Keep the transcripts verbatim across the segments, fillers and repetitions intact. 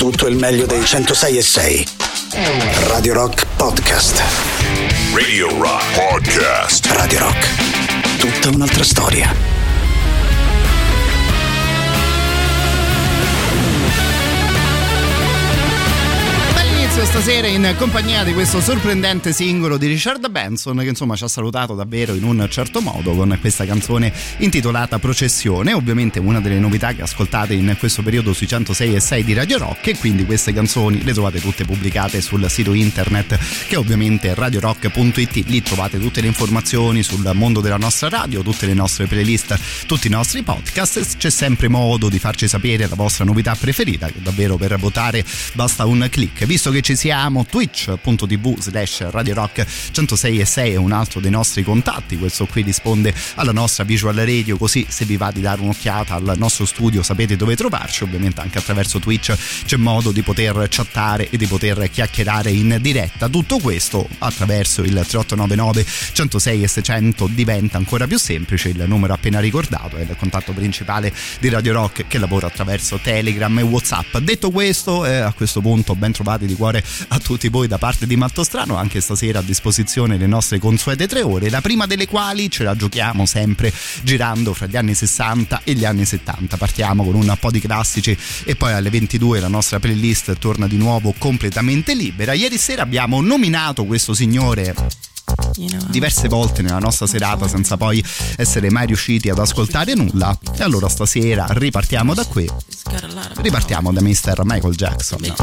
tutto il meglio dei centosei e sei. Radio Rock Podcast. Radio Rock Podcast. Radio Rock. Tutta un'altra storia. Stasera in compagnia di questo sorprendente singolo di Richard Benson, che insomma ci ha salutato davvero in un certo modo con questa canzone intitolata Processione, ovviamente una delle novità che ascoltate in questo periodo sui centosei e sei di Radio Rock, e quindi queste canzoni le trovate tutte pubblicate sul sito internet che è ovviamente radio rock punto it. Lì trovate tutte le informazioni sul mondo della nostra radio, tutte le nostre playlist, tutti i nostri podcast. C'è sempre modo di farci sapere la vostra novità preferita, che davvero per votare basta un click. Visto che ci siamo, twitch punto tv slash radio rock centosei e sei è un altro dei nostri contatti. Questo qui risponde alla nostra visual radio, così se vi va di dare un'occhiata al nostro studio sapete dove trovarci. Ovviamente anche attraverso Twitch c'è modo di poter chattare e di poter chiacchierare in diretta. Tutto questo attraverso il tre otto nove nove centosei e seicento diventa ancora più semplice. Il numero appena ricordato è il contatto principale di Radio Rock, che lavora attraverso Telegram e WhatsApp. Detto questo, eh, a questo punto ben trovati di cuore a tutti voi da parte di Mattostrano. Anche stasera a disposizione le nostre consuete tre ore, la prima delle quali ce la giochiamo sempre girando fra gli anni sessanta e gli anni settanta. Partiamo con un po' di classici e poi alle ventidue la nostra playlist torna di nuovo completamente libera. Ieri sera abbiamo nominato questo signore diverse volte nella nostra serata senza poi essere mai riusciti ad ascoltare nulla, e allora stasera ripartiamo da qui, ripartiamo da mister Michael Jackson. It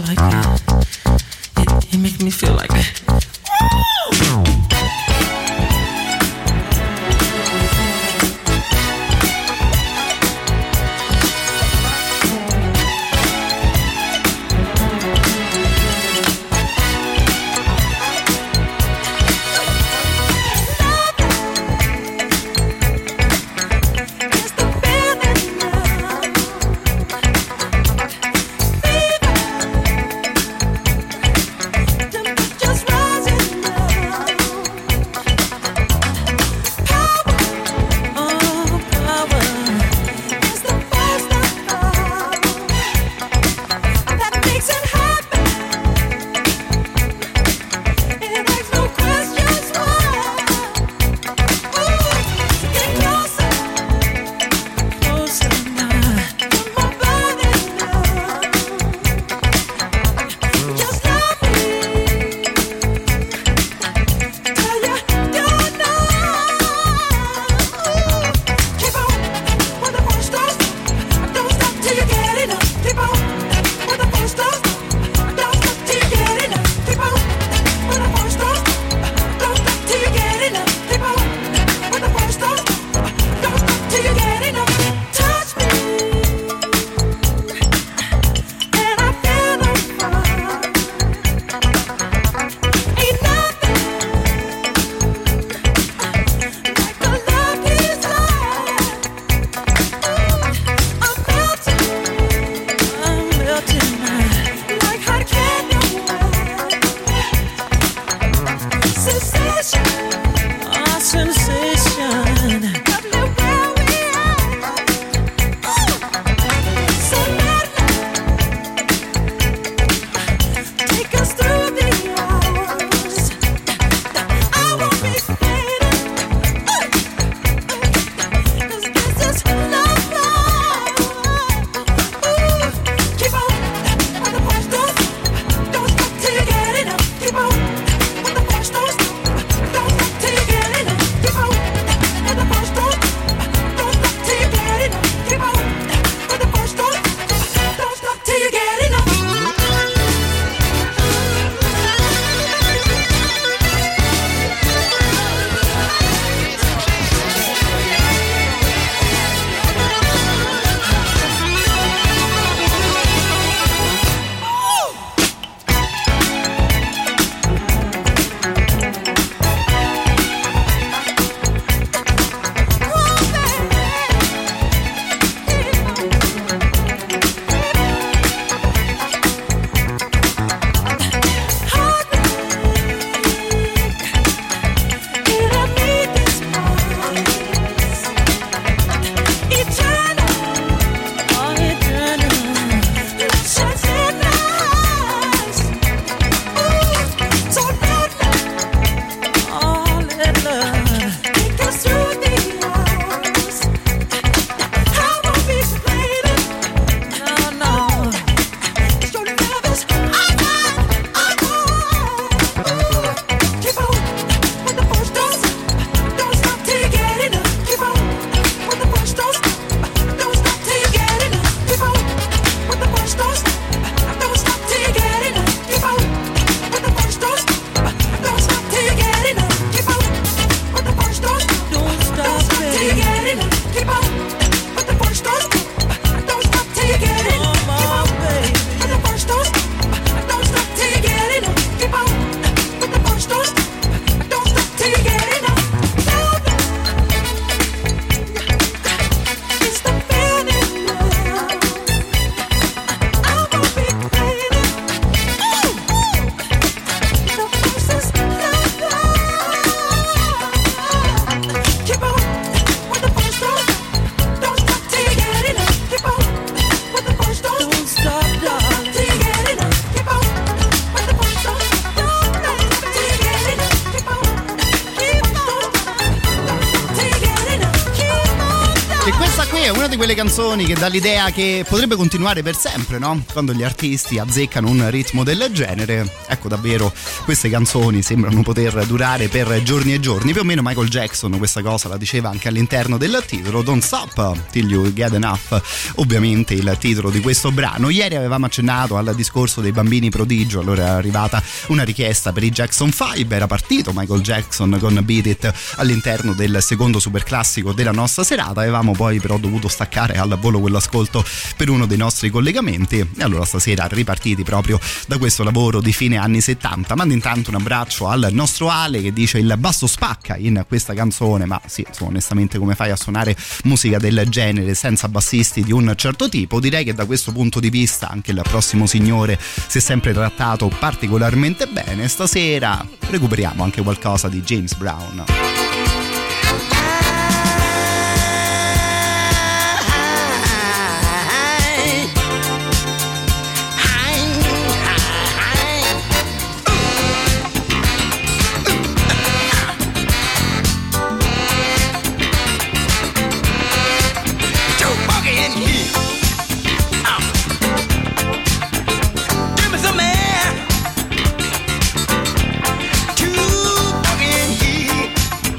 makes me feel like that. Just rising. di quelle canzoni che dà l'idea che potrebbe continuare per sempre, no? Quando gli artisti azzeccano un ritmo del genere, ecco, davvero queste canzoni sembrano poter durare per giorni e giorni. Più o meno Michael Jackson questa cosa la diceva anche all'interno del titolo, Don't Stop Till You Get Enough, ovviamente il titolo di questo brano. Ieri avevamo accennato al discorso dei bambini prodigio, allora è arrivata una richiesta per i Jackson cinque, era partito Michael Jackson con Beat It all'interno del secondo superclassico della nostra serata, avevamo poi però dovuto staccare al volo quell'ascolto per uno dei nostri collegamenti e allora stasera ripartiti proprio da questo lavoro di fine anni settanta. Mando intanto un abbraccio al nostro Ale che dice il basso spacca in questa canzone, ma sì, insomma, onestamente come fai a suonare musica del genere senza bassisti di un certo tipo? Direi che da questo punto di vista anche il prossimo signore si è sempre trattato particolarmente bene. Stasera recuperiamo anche qualcosa di James Brown. Two boogie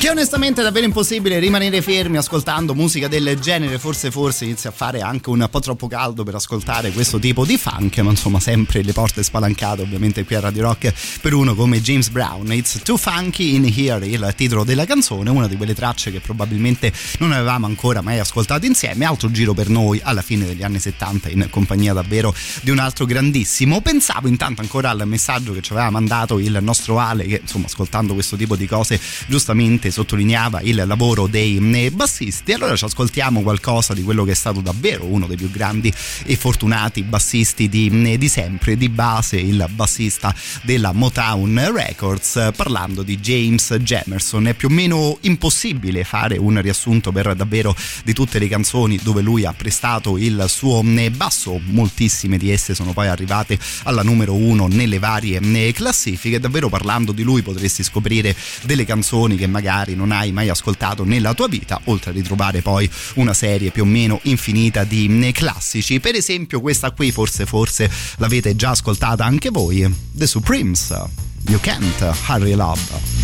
è onestamente davvero impossibile rimanere fermi ascoltando musica del genere. Forse forse inizia a fare anche un po' troppo caldo per ascoltare questo tipo di funk, ma insomma sempre le porte spalancate ovviamente qui a Radio Rock per uno come James Brown. It's Too Funky in Here, il titolo della canzone, una di quelle tracce che probabilmente non avevamo ancora mai ascoltato insieme. Altro giro per noi alla fine degli anni settanta in compagnia davvero di un altro grandissimo. Pensavo intanto ancora al messaggio che ci aveva mandato il nostro Ale, che insomma ascoltando questo tipo di cose giustamente sottolineava il lavoro dei bassisti. Allora ci ascoltiamo qualcosa di quello che è stato davvero uno dei più grandi e fortunati bassisti di, di sempre, di base il bassista della Motown Records, parlando di James Jamerson. È più o meno impossibile fare un riassunto per davvero di tutte le canzoni dove lui ha prestato il suo basso. Moltissime di esse sono poi arrivate alla numero uno nelle varie classifiche. Davvero parlando di lui potresti scoprire delle canzoni che magari non hai mai ascoltato nella tua vita, oltre a ritrovare poi una serie più o meno infinita di classici. Per esempio questa qui forse forse l'avete già ascoltata anche voi, The Supremes, You Can't Hurry Love.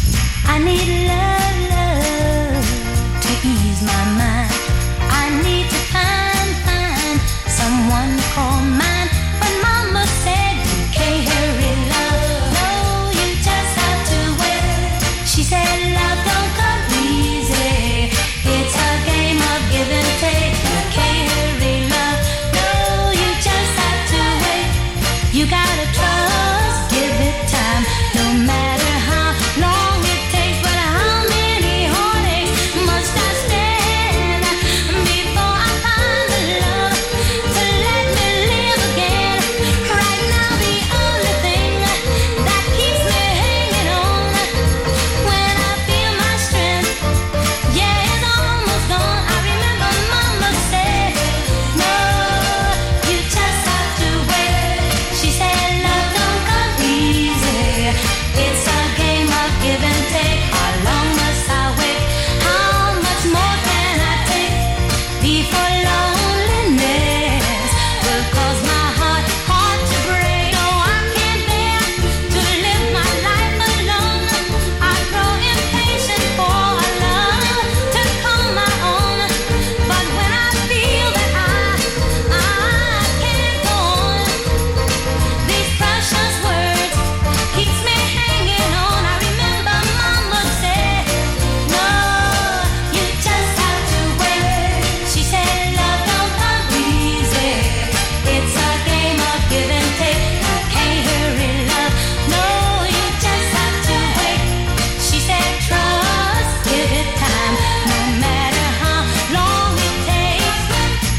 I need love, love to ease my mind. I need to find, find someone to call mine. But mama said you can't hurry love. No, you just have to wait. She said love don't come easy. It's a game of give and take. You can't hurry love. No, you just have to wait. You gotta trust, give it time. No matter how long it takes, but how many heartaches must I stand before I find the love to let me live again? Right now the only thing that keeps me hanging on when I feel my strength, yeah, it's almost gone. I remember mama said, no, you just have to wait. She said love don't come easy. It's a game of give and take. How long must I wait? How much more can I take before loneliness will cause my heart, heart to break? No, I can't bear to live my life alone. I grow impatient for a love to call my own. But when I feel that I, I can't go on, these precious words keeps me hanging on. I remember mama said, no, you just have to wait. She said love don't come easy. It's a game of give and take. You can't hurry love. No, you just have to wait. She said trust, give it time. No matter how long it takes.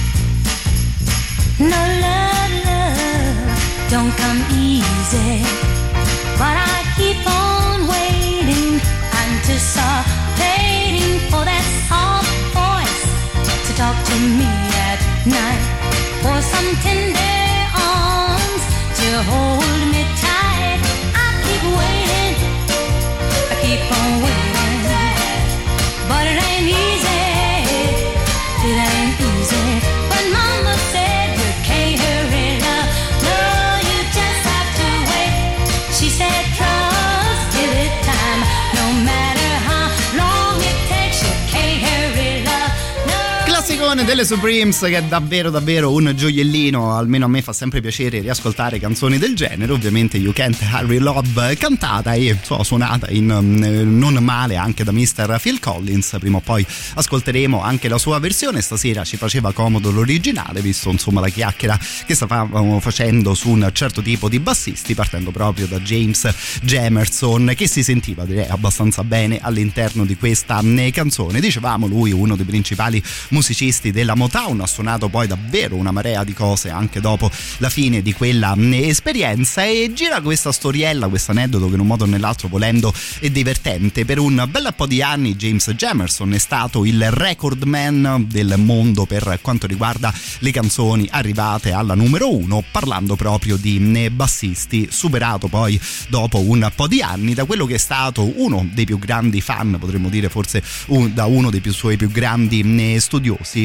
No love, love don't come easy. But I keep on waiting, anticipating for that soft voice to talk to me at night, for some tender arms to hold me tight. I keep waiting, I keep on waiting, but it ain't easy, it ain't easy. But mama said you can't hurry love. No, you just have to wait. She said trust, give it time. No matter how long it takes, you can't hurry love. No. Classicone delle Supremes che è davvero davvero un gioiellino. Almeno a me fa sempre piacere riascoltare canzoni del genere. Ovviamente You Can't Hurry Love, cantata e so, suonata in um, non male anche da mister Phil Collins. Prima o poi ascolteremo anche la sua versione. Stasera ci faceva comodo l'originale, visto insomma la chiacchiera che stavamo facendo su un certo tipo di bassisti, partendo proprio da James Jamerson, che si sentiva direi abbastanza bene all'interno di questa canzone. Dicevamo lui uno dei principali musicisti della Motown, ha suonato poi davvero una marea di cose anche dopo la fine di quella esperienza, e gira questa storiella, questo aneddoto che in un modo o nell'altro volendo è divertente. Per un bel po' di anni James Jamerson è stato il record man del mondo per quanto riguarda le canzoni arrivate alla numero uno, parlando proprio di bassisti, superato poi dopo un po' di anni da quello che è stato uno dei più grandi fan, potremmo dire forse un, da uno dei più, suoi più grandi studiosi,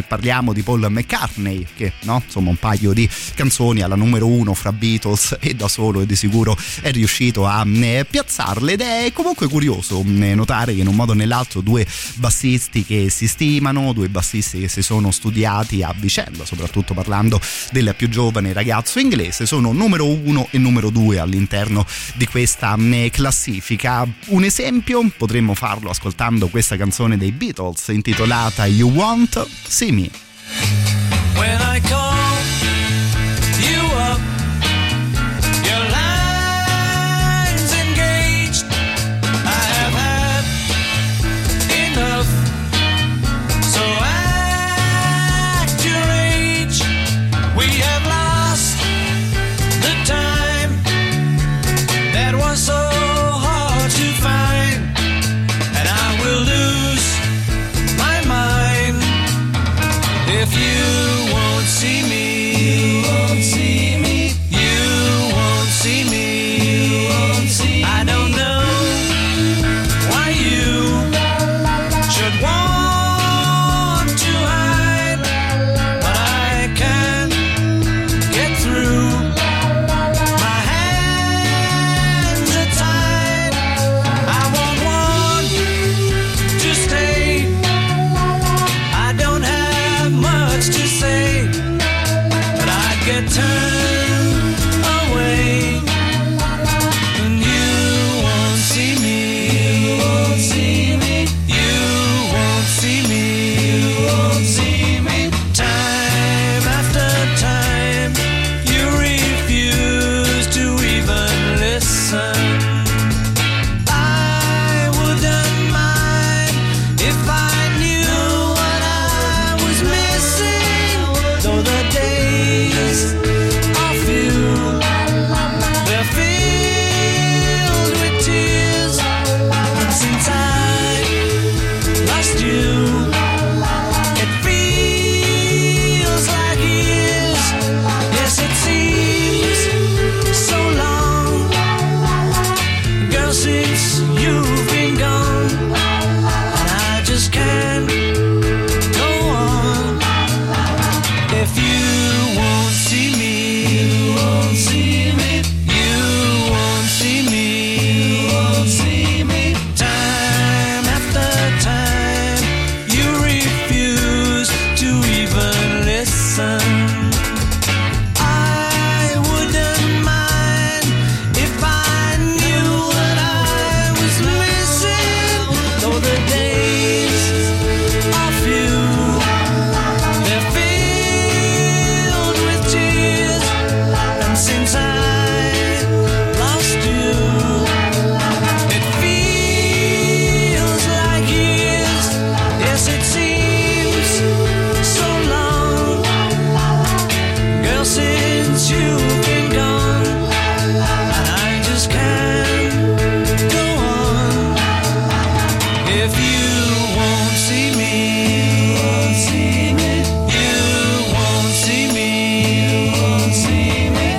quindi parliamo di Paul McCartney che, no, insomma, un paio di canzoni alla numero uno fra Beatles e da solo e di sicuro è riuscito a eh, piazzarle, ed è comunque curioso eh, notare che in un modo o nell'altro due bassisti che si stimano, due bassisti che si sono studiati a vicenda, soprattutto parlando del più giovane ragazzo inglese, sono numero uno e numero due all'interno di questa eh, classifica. Un esempio potremmo farlo ascoltando questa canzone dei Beatles intitolata You Won't See Me. When I call you up, your line's engaged. I have had enough, so act your age. We have lost the time that was so hard to find, and I will lose my mind if you won't see me. You won't see me. You won't see me. You won't see me. I don't know why you should want to hide, but I can't get through. My hands are tied. I won't want to stay. I don't have much to say, but I'd get turned away, and you won't see me. You won't see me. You won't see me. You won't see me. Time after time, you refuse to even listen. I wouldn't mind if I knew what I was missing, though the days are few, they're filled with tears, and since I lost you, it feels like years. Yes, it seems so long, girl, since you've been gone, and I just can't go on if you won't see me. You won't see me. You won't see me. You won't see me. Time after time, you refuse to even listen. I wouldn't mind if I knew what I was missing, though the days are few, they're filled with tears, and since I lost you, it feels like years. Yes, it seems so long, girl, since you've been gone, and I just can't go on if you won't see me. You won't see me. You won't see me. You won't see me.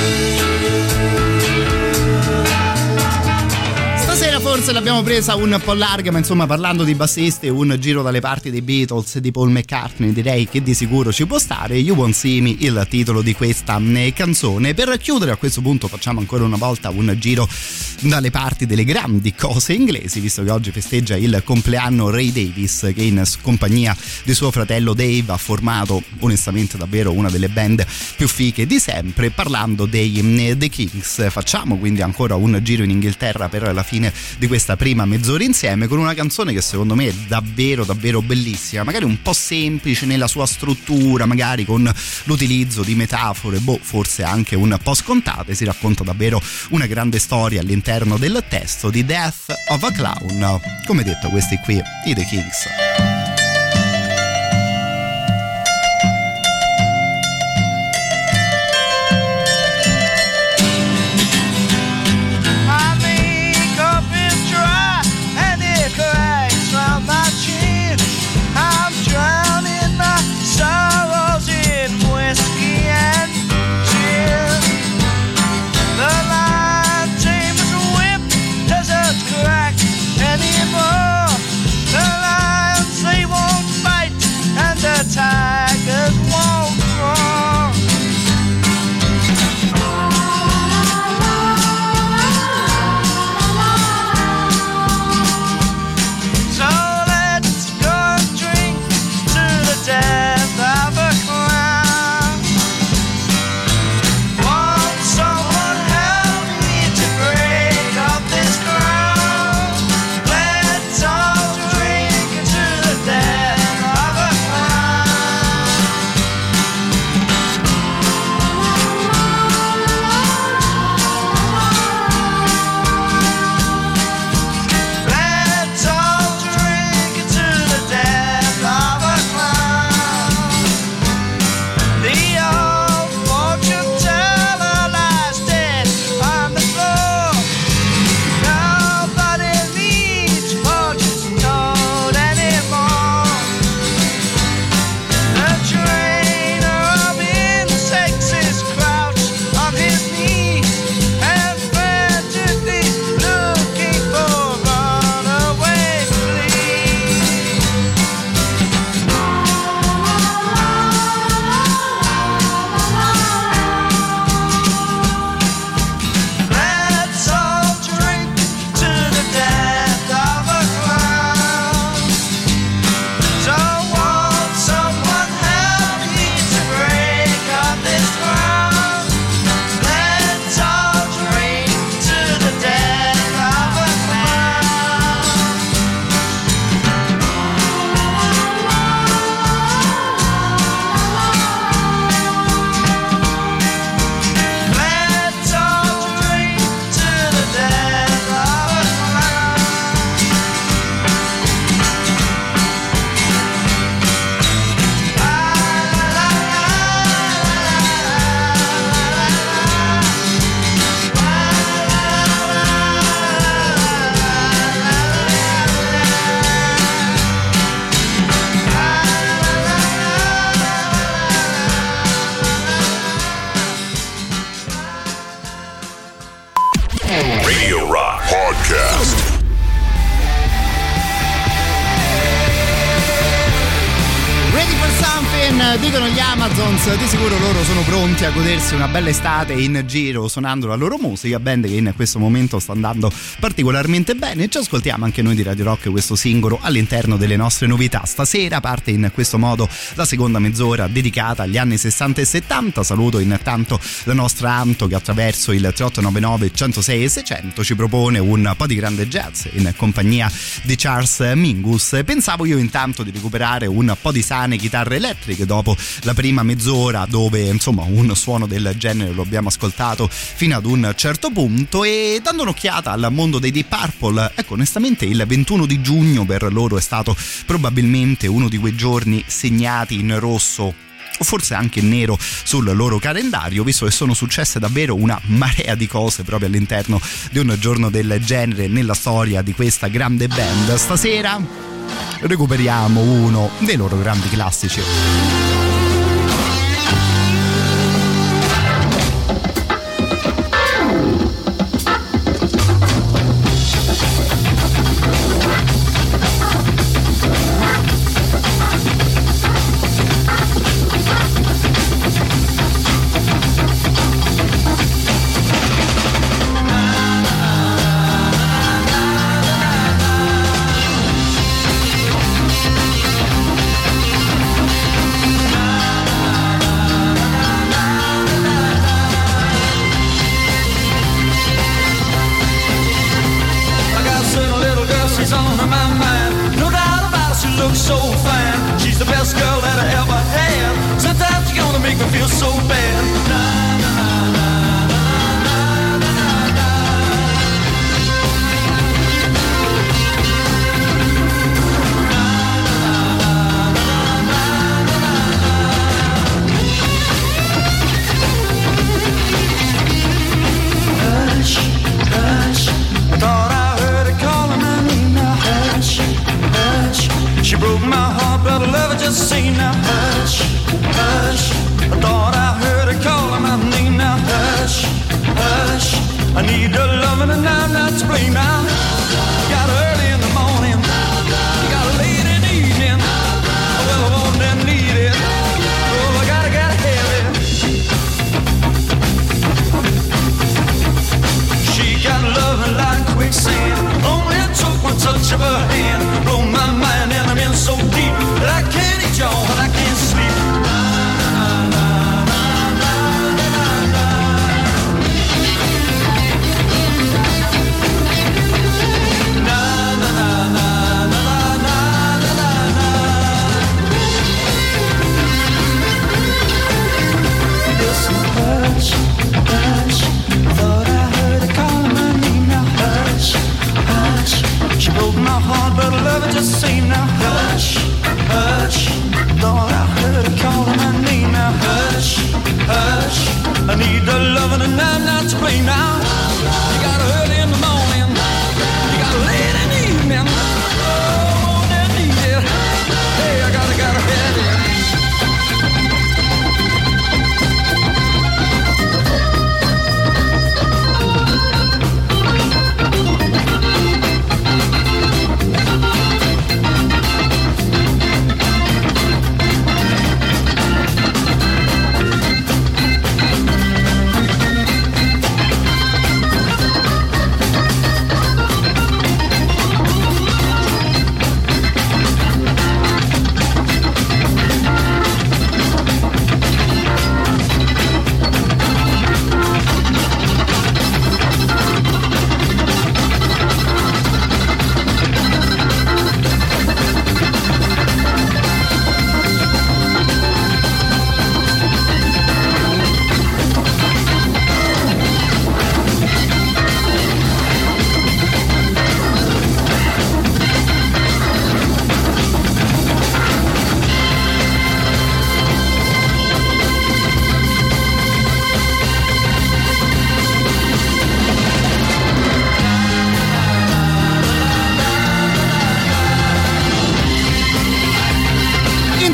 Stasera forse l'abbiamo presa un po' larga, ma insomma, parlando di bassisti, un giro dalle parti dei Beatles e di Paul McCartney direi che di sicuro ci può stare. You Won't See Me, il titolo di questa eh, canzone. Per chiudere a questo punto facciamo ancora una volta un giro dalle parti delle grandi cose inglesi, visto che oggi festeggia il compleanno Ray Davies, che in compagnia di suo fratello Dave ha formato onestamente davvero una delle band più fighe di sempre. Parlando dei eh, The Kings, facciamo quindi ancora un giro in Inghilterra per la fine di questa prima mezz'ora insieme, con una canzone che secondo me è davvero davvero bellissima, magari un po' semplice nella sua struttura, magari con l'utilizzo di metafore, boh, forse anche un po' scontate. Si racconta davvero una grande storia all'interno del testo di Death of a Clown. Come detto, questi qui i The Kings. Anymore, the lions Radio Rock Podcast. Ready for something, dicono gli Amazons. Di sicuro loro sono pronti a godersi una bella estate in giro suonando la loro musica, band che in questo momento sta andando particolarmente bene. Ci ascoltiamo anche noi di Radio Rock questo singolo all'interno delle nostre novità. Stasera parte in questo modo la seconda mezz'ora dedicata agli anni sessanta e settanta. Saluto intanto la nostra Anto che attraverso il tre otto nove nove uno zero sei seicento ci propone un po' di grande jazz in compagnia di Charles Mingus. Pensavo io intanto di recuperare un po' di sane chitarre elettriche dopo la prima mezz'ora, dove insomma un suono del genere lo abbiamo ascoltato fino ad un certo punto, e dando un'occhiata al mondo dei Deep Purple, ecco, onestamente il ventuno di giugno per loro è stato probabilmente uno di quei giorni segnati in rosso o forse anche nero sul loro calendario, visto che sono successe davvero una marea di cose proprio all'interno di un giorno del genere nella storia di questa grande band. Stasera recuperiamo uno dei loro grandi classici. Sleep.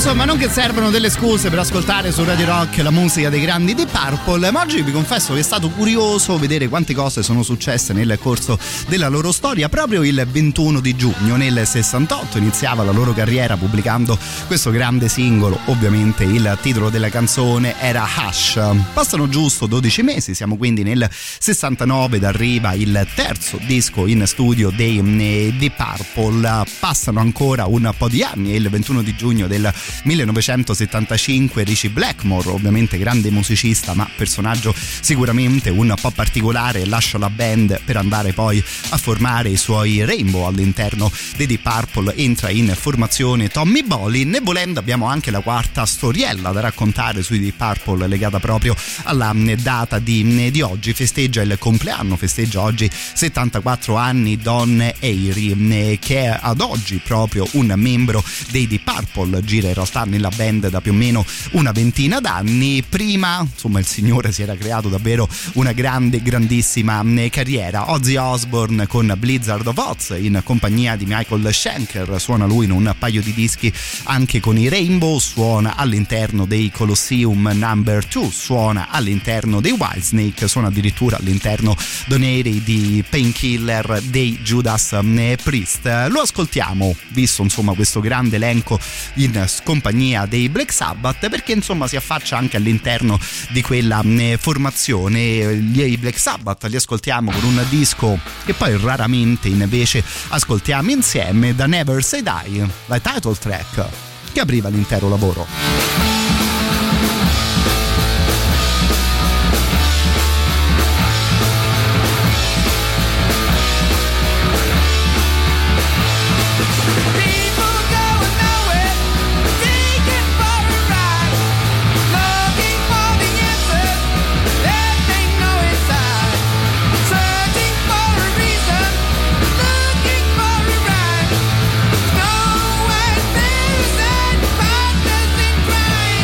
Insomma, non che servono delle scuse per ascoltare su Radio Rock la musica dei grandi Deep Purple, ma oggi vi confesso che è stato curioso vedere quante cose sono successe nel corso della loro storia. Proprio il ventuno di giugno nel sessantotto iniziava la loro carriera pubblicando questo grande singolo. Ovviamente il titolo della canzone era Hush. Passano giusto dodici mesi, siamo quindi nel sessantanove ed arriva il terzo disco in studio dei Deep Purple. Passano ancora un po' di anni e il ventuno di giugno del millenovecentosettantacinque Ritchie Blackmore, ovviamente grande musicista ma personaggio sicuramente un po' particolare, lascia la band per andare poi a formare i suoi Rainbow all'interno dei Deep Purple. Entra in formazione Tommy Bolin e volendo abbiamo anche la quarta storiella da raccontare sui Deep Purple legata proprio alla data di, di oggi. Festeggia il compleanno, festeggia oggi settantaquattro anni Don Airey, che è ad oggi proprio un membro dei Deep Purple, gira in realtà nella band da più o meno una ventina d'anni. Prima insomma il signore si era creato davvero una grande grandissima carriera. Ozzy Osbourne con Blizzard of Oz in compagnia di Michael Schenker, suona lui in un paio di dischi anche con i Rainbow, suona all'interno dei Colosseum number due, suona all'interno dei Whitesnake, suona addirittura all'interno Don Airey di Painkiller dei Judas Priest. Lo ascoltiamo visto insomma questo grande elenco in compagnia dei Black Sabbath, perché insomma si affaccia anche all'interno di quella formazione. Gli Black Sabbath li ascoltiamo con un disco che poi raramente invece ascoltiamo insieme, da Never Say Die, la title track che apriva l'intero lavoro. Right.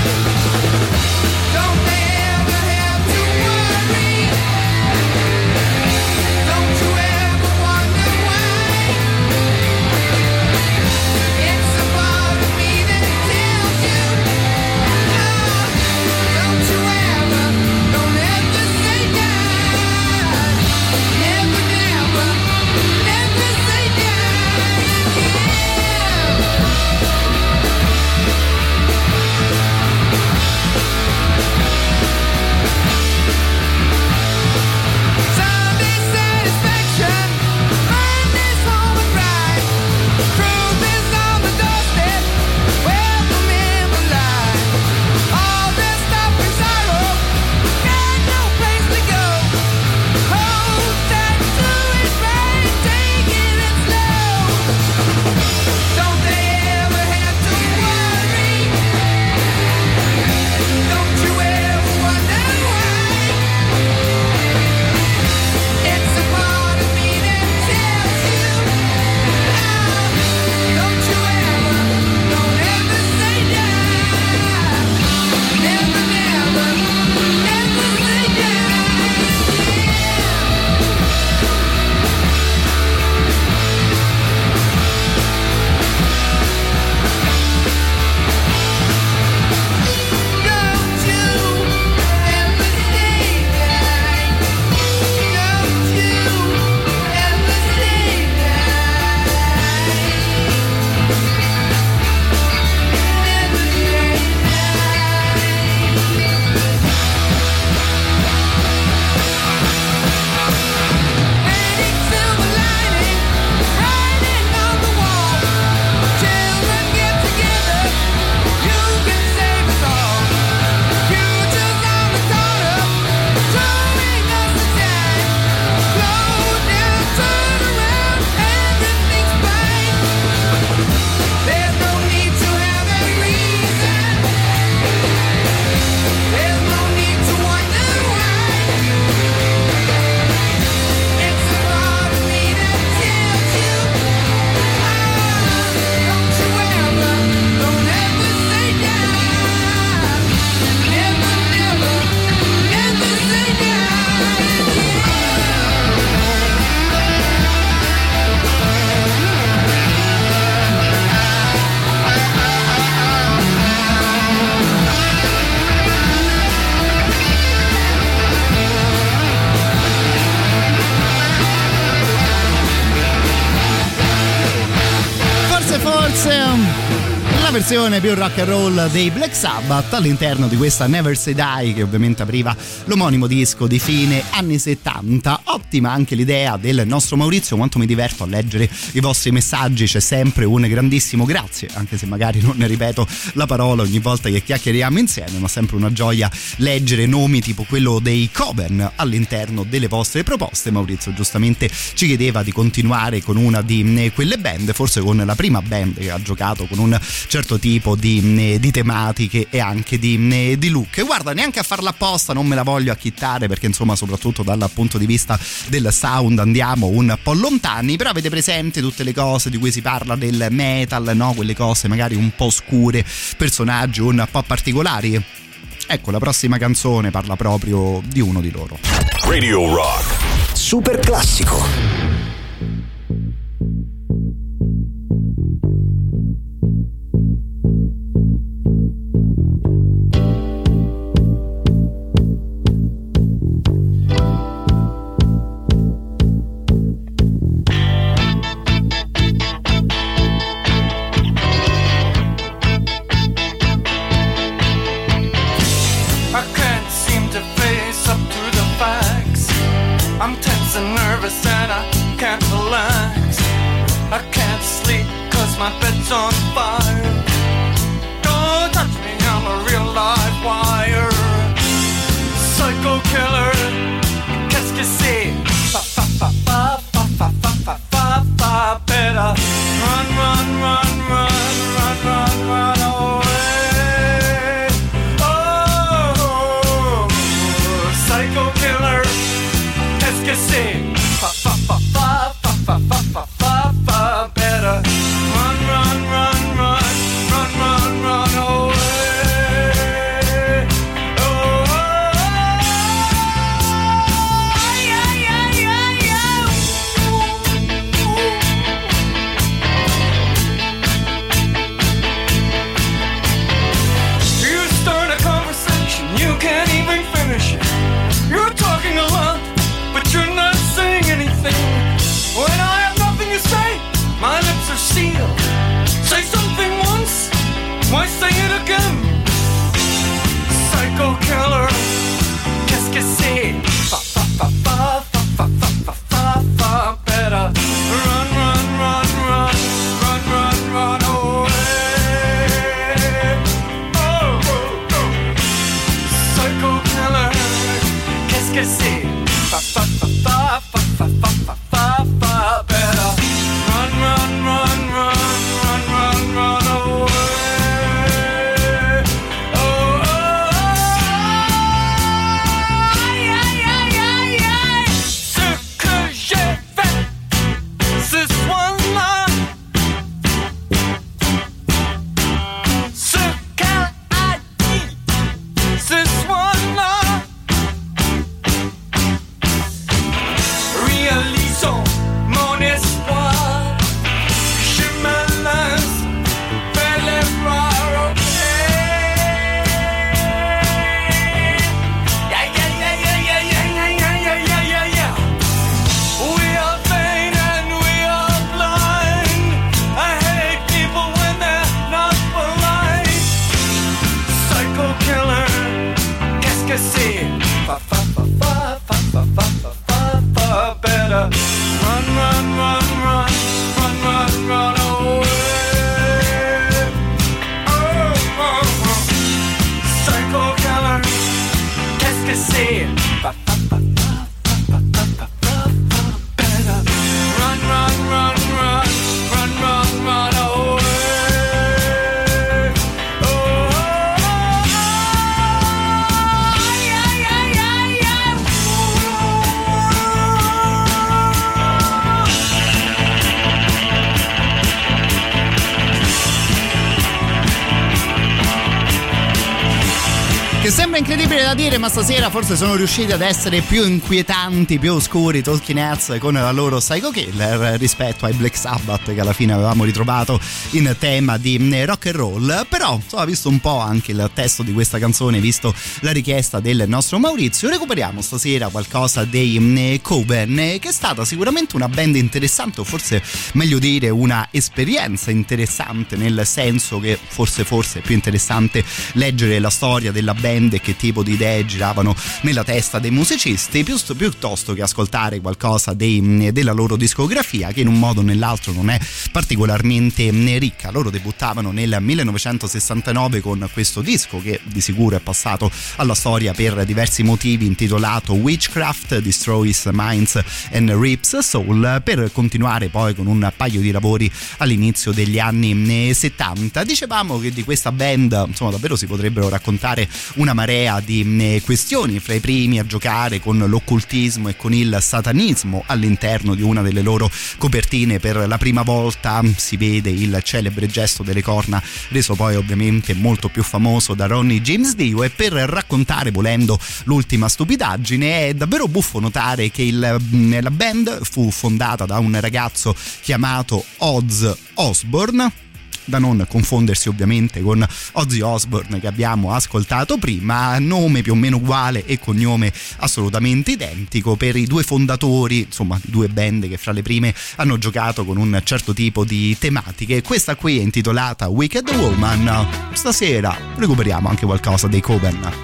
versione più rock and roll dei Black Sabbath all'interno di questa Never Say Die, che ovviamente apriva l'omonimo disco di fine anni settanta. Ottima anche l'idea del nostro Maurizio, quanto mi diverto a leggere i vostri messaggi, c'è sempre un grandissimo grazie, anche se magari non ne ripeto la parola ogni volta che chiacchieriamo insieme, ma sempre una gioia leggere nomi tipo quello dei Coven all'interno delle vostre proposte. Maurizio giustamente ci chiedeva di continuare con una di quelle band, forse con la prima band che ha giocato con un certo tipo di, di tematiche e anche di, di look. Guarda, neanche a farla apposta, non me la voglio acchittare, perché insomma soprattutto dal punto di vista del sound andiamo un po' lontani, però avete presente tutte le cose di cui si parla del metal, no? Quelle cose magari un po' oscure, personaggi un po' particolari. Ecco, la prossima canzone parla proprio di uno di loro. Radio Rock. Super classico. I'm tense and nervous and I can't relax. I can't sleep cause my bed's on fire. Don't touch me, I'm a real live wire. Psycho killer, qu'est-ce que c'est? Fa fa fa fa fa fa fa fa fa fa. Better run, run, run, run, run, run, run away. Oh, psycho killer. Qu'est-ce que c'est? Fa fa fa fa fa fa fa fa fa fa. Better run, run, run, run, run, run, run away. Oh, oh, oh. Yeah, yeah, yeah, yeah. You start a conversation, you can't even finish it. You're talking a lot, but you're not saying anything. When I have nothing to say, my lips are sealed. Say something once, why say it again? Psycho killer, qu'est-ce que c'est? Fa fa fa fa fa fa fa fa fa fa. Better run, run, run, run, run, run, run away. Oh, oh, oh. Psycho killer, qu'est-ce que c'est? Fa fa fa fa fa fa fa fa fa fa. Better run, run, run, run, run, run, run away. Oh, oh, oh. Yeah, yeah, yeah, yeah. Ce que j'ai fait ce soir-là, ce qu'elle a dit ce soir-là. Réalisons mon espoir. Je me lance vers les bras, ok. Yeah, yeah, yeah, yeah, yeah, yeah, yeah, yeah, yeah, yeah, yeah. We are vain and we are blind. I hate people when they're not polite. Psycho killer, qu'est-ce que c'est? Fa fa fa fa fa fa fa fa fa fa. Better run, run, run, run, run, run, run away. Oh, oh, oh. Psycho killer, qu'est-ce que c'est? Fa fa fa fa fa fa fa fa fa. Better run, run, run, run, run, run, run away. Oh, oh, oh. Yeah, yeah, yeah, yeah. Che Sembra incredibile da dire, ma stasera forse sono riusciti ad essere più inquietanti, più oscuri Talking Heads con la loro Psycho Killer rispetto ai Black Sabbath che alla fine avevamo ritrovato in tema di rock and roll. Però insomma, visto un po' anche il testo di questa canzone, visto la richiesta del nostro Maurizio, recuperiamo stasera qualcosa dei Coven, che è stata sicuramente una band interessante, o forse meglio dire una esperienza interessante, nel senso che forse forse è più interessante leggere la storia della band e che tipo di idee giravano nella testa dei musicisti piuttosto che ascoltare qualcosa dei, della loro discografia, che in un modo o nell'altro non è particolarmente ricca. Loro debuttavano nel millenovecentosessantanove con questo disco che di sicuro è passato alla storia per diversi motivi, intitolato Witchcraft Destroys Minds and Rips Soul, per continuare poi con un paio di lavori all'inizio degli anni settanta. Dicevamo che di questa band insomma davvero si potrebbero raccontare una marea di questioni, fra i primi a giocare con l'occultismo e con il satanismo. All'interno di una delle loro copertine per la prima volta si vede il celebre gesto delle corna, reso poi ovviamente molto più famoso da Ronnie James Dio. E per raccontare, volendo, l'ultima stupidaggine, è davvero buffo notare che il, la band fu fondata da un ragazzo chiamato Oz Osbourne, da non confondersi ovviamente con Ozzy Osbourne che abbiamo ascoltato prima, nome più o meno uguale e cognome assolutamente identico per i due fondatori, insomma due band che fra le prime hanno giocato con un certo tipo di tematiche. Questa qui è intitolata Wicked Woman. Stasera recuperiamo anche qualcosa dei Coven.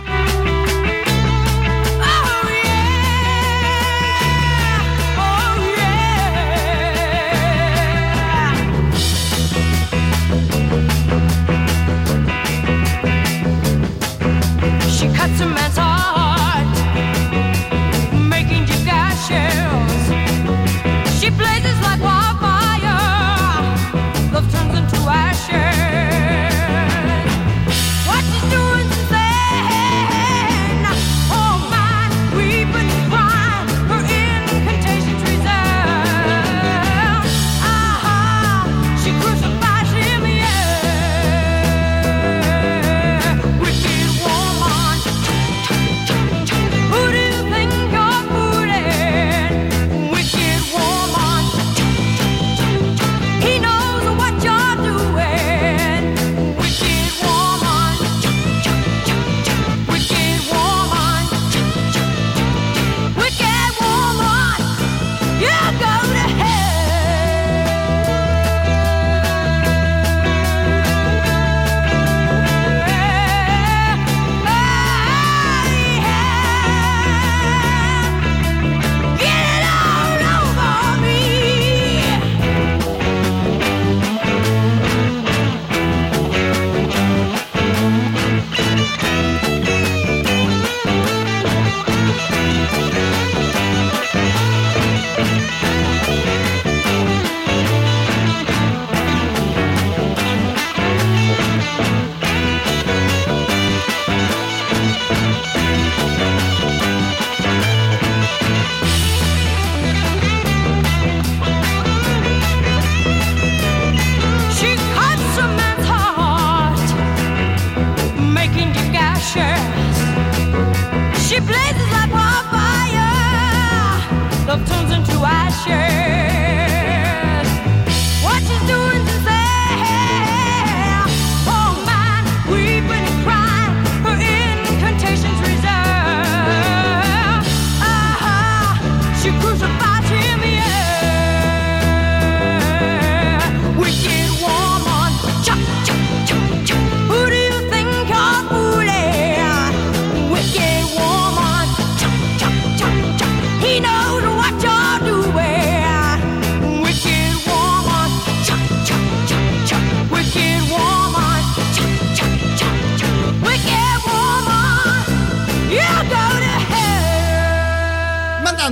Cuts a man's heart, making deep gashes. She blazes like wildfire, love turns into ashes. What she's doing's insane.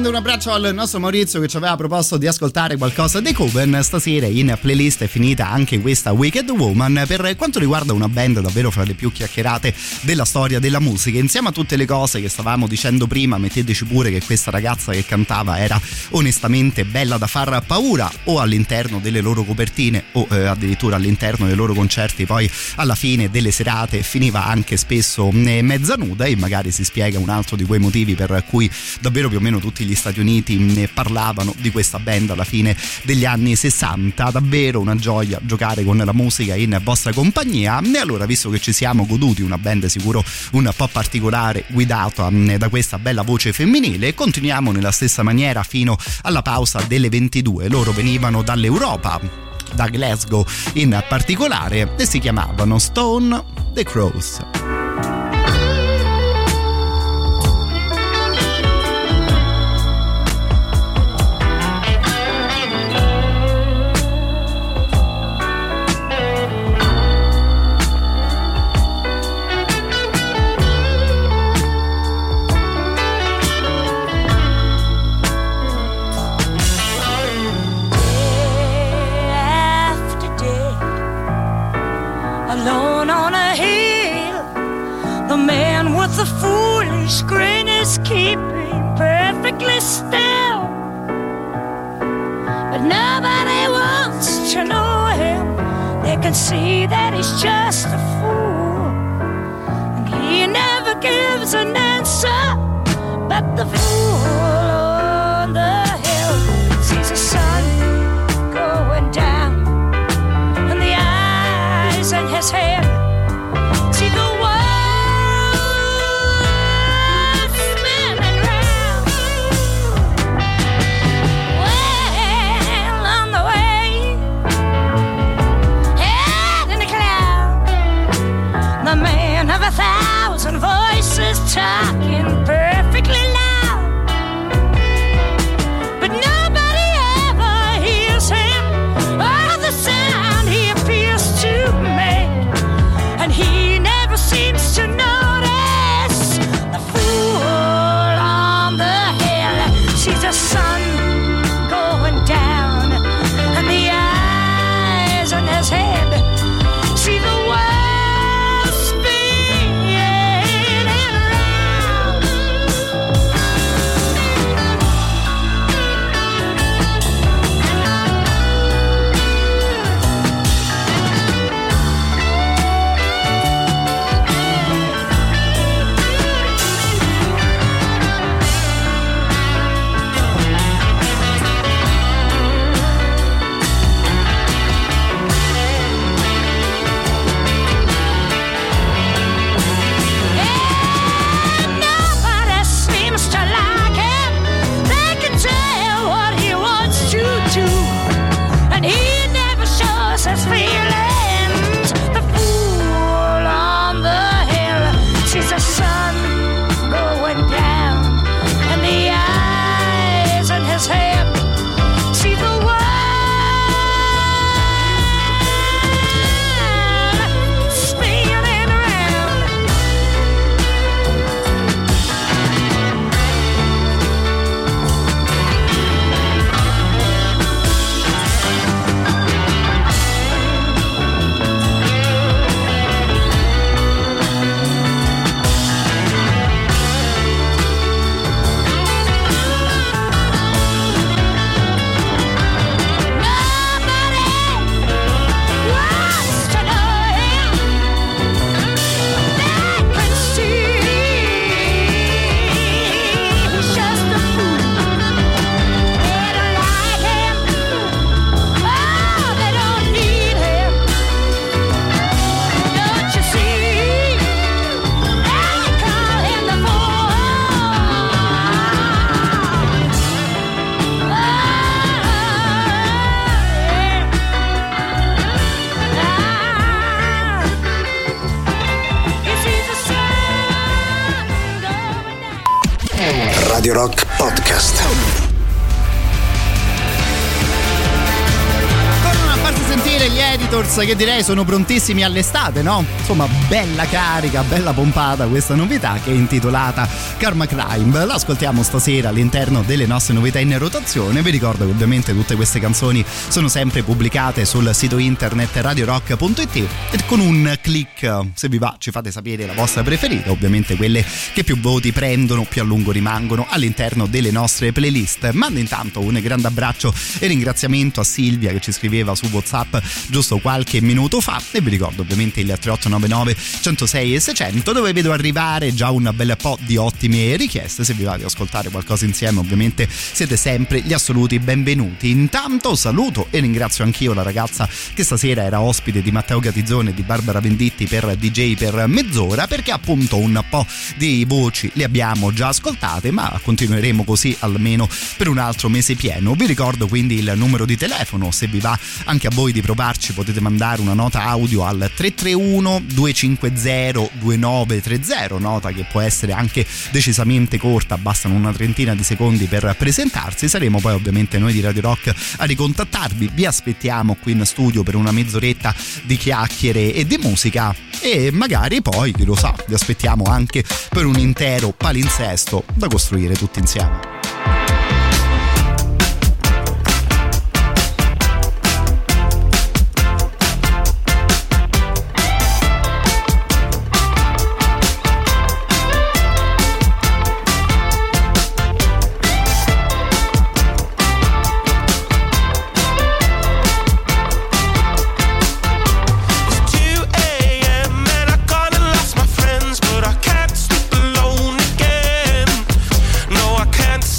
Mando un abbraccio al nostro Maurizio che ci aveva proposto di ascoltare qualcosa dei Coven. Stasera in playlist è finita anche questa Wicked Woman, per quanto riguarda una band davvero fra le più chiacchierate della storia della musica. Insieme a tutte le cose che stavamo dicendo prima, metteteci pure che questa ragazza che cantava era onestamente bella da far paura, o all'interno delle loro copertine o eh, addirittura all'interno dei loro concerti. Poi alla fine delle serate finiva anche spesso eh, mezza nuda, e magari si spiega un altro di quei motivi per cui davvero più o meno tutti gli Stati Uniti ne parlavano di questa band alla fine degli anni sessanta. Davvero una gioia giocare con la musica in vostra compagnia. E allora, visto che ci siamo goduti una band sicuro un po' particolare guidata da questa bella voce femminile, continuiamo nella stessa maniera fino alla pausa delle ventidue. Loro venivano dall'Europa, da Glasgow in particolare, e si chiamavano Stone the Crows. The foolish grin is keeping perfectly still, but nobody wants to know him. They can see that he's just a fool, and he never gives an answer. But the fool on the hill sees the sun going down, and the eyes in his head see the world a thousand voices talking perfectly loud, but nobody ever hears him or the sound he appears to make, and he never seems to notice the fool on the hill sees the sun going down, and the eyes on his head see the world his feelings. The fool on the hill sees the sun going down, and the eyes in his head see the world spinning around. Radio Rock Podcast. Tornano a farsi sentire gli Editors, che direi sono prontissimi all'estate, no? Insomma, bella carica, bella pompata questa novità che è intitolata Karma Crime. L'ascoltiamo stasera all'interno delle nostre novità in rotazione. Vi ricordo che ovviamente tutte queste canzoni sono sempre pubblicate sul sito internet radio rock punto it e con un click, se vi va, ci fate sapere la vostra preferita, ovviamente quelle che più voti prendono, più a lungo rimangono all'interno delle nostre playlist. Mando intanto un grande abbraccio e ringraziamento a Silvia che ci scriveva su WhatsApp giusto qualche minuto fa, e vi ricordo ovviamente il tre otto nove nove centosei e seicento, dove vedo arrivare già un bel po' di ottime richieste. Se vi va di ascoltare qualcosa insieme, ovviamente siete sempre gli assoluti benvenuti. Intanto saluto e ringrazio anch'io la ragazza che stasera era ospite di Matteo Gatizzone e di Barbara Venditti per D J per mezz'ora, perché appunto un po' di voci le abbiamo già ascoltate, ma continueremo così almeno per un altro mese pieno. Vi ricordo quindi il numero di telefono, se vi va anche a voi di provarci potete mandare una nota audio al tre tre uno due cinque zero due nove tre zero, nota che può essere anche decisamente corta, bastano una trentina di secondi per presentarsi. Saremo poi ovviamente noi di Radio Rock a ricontattarvi, vi aspettiamo qui in studio per una mezz'oretta di chiacchiere e di musica, e magari poi, chi lo sa, vi aspettiamo anche per un intero palinsesto da costruire tutti insieme. Can't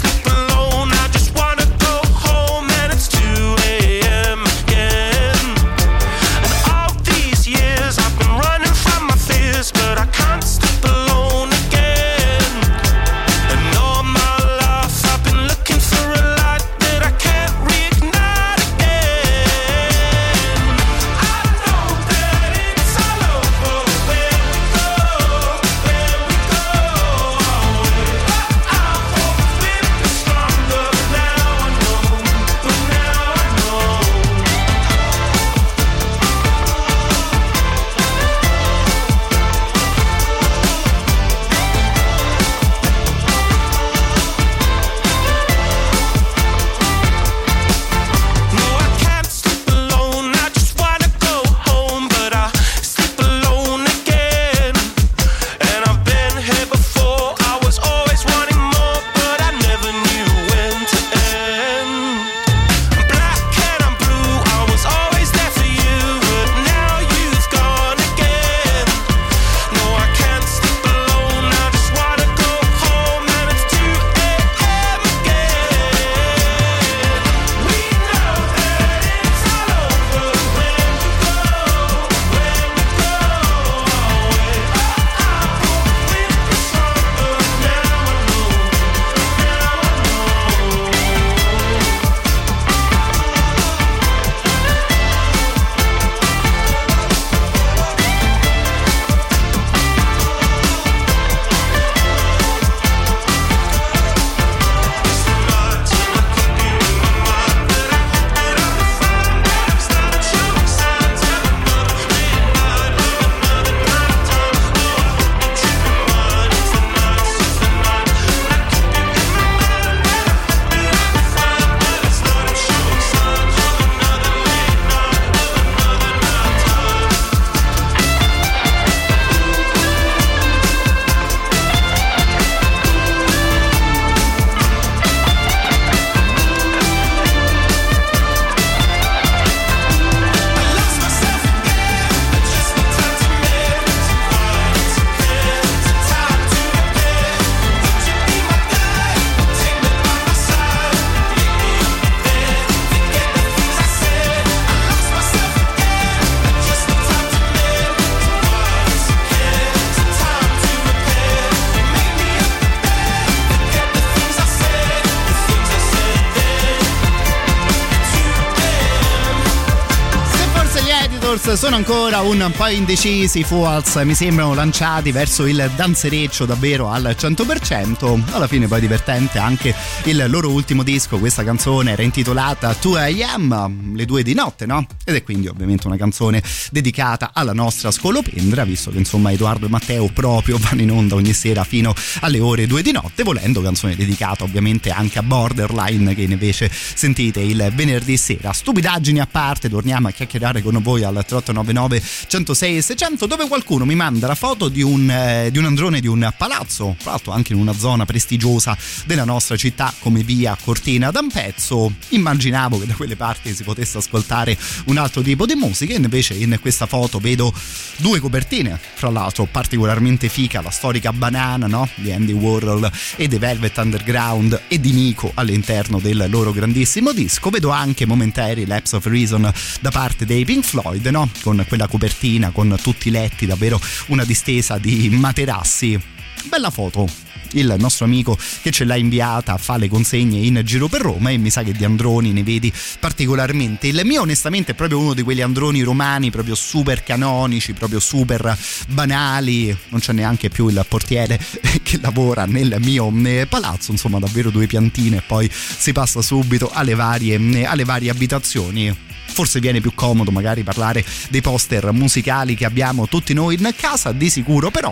Creators sono ancora un po' indecisi, Fools mi sembrano lanciati verso il danzereccio davvero al cento per cento. Alla fine poi divertente anche il loro ultimo disco. Questa canzone era intitolata due a m, le due di notte, no? Ed è quindi ovviamente una canzone dedicata alla nostra scolopendra, visto che insomma Edoardo e Matteo proprio vanno in onda ogni sera fino alle ore due di notte, volendo canzone dedicata ovviamente anche a Borderline, che invece sentite il venerdì sera. Stupidaggini a parte, torniamo a chiacchierare con voi al tre otto nove nove uno zero sei sei zero zero, dove qualcuno mi manda la foto di un, eh, di un androne di un palazzo, tra l'altro anche in una zona prestigiosa della nostra città come via Cortina d'Ampezzo. Immaginavo che da quelle parti si potesse ascoltare un altro tipo di musica, e invece in questa foto vedo due copertine, fra l'altro particolarmente fica, la storica Banana, no? Di Andy Warhol e The Velvet Underground e di Nico all'interno del loro grandissimo disco. Vedo anche Momentary Lapse of Reason da parte dei Pink Floyd, no? Con quella copertina con tutti i letti, davvero una distesa di materassi. Bella foto. Il nostro amico che ce l'ha inviata fa le consegne in giro per Roma, e mi sa che di androni ne vedi particolarmente. Il mio onestamente è proprio uno di quegli androni romani proprio super canonici, proprio super banali. Non c'è neanche più il portiere che lavora nel mio palazzo, insomma davvero due piantine e poi si passa subito alle varie, alle varie abitazioni. Forse viene più comodo magari parlare dei poster musicali che abbiamo tutti noi in casa, di sicuro, però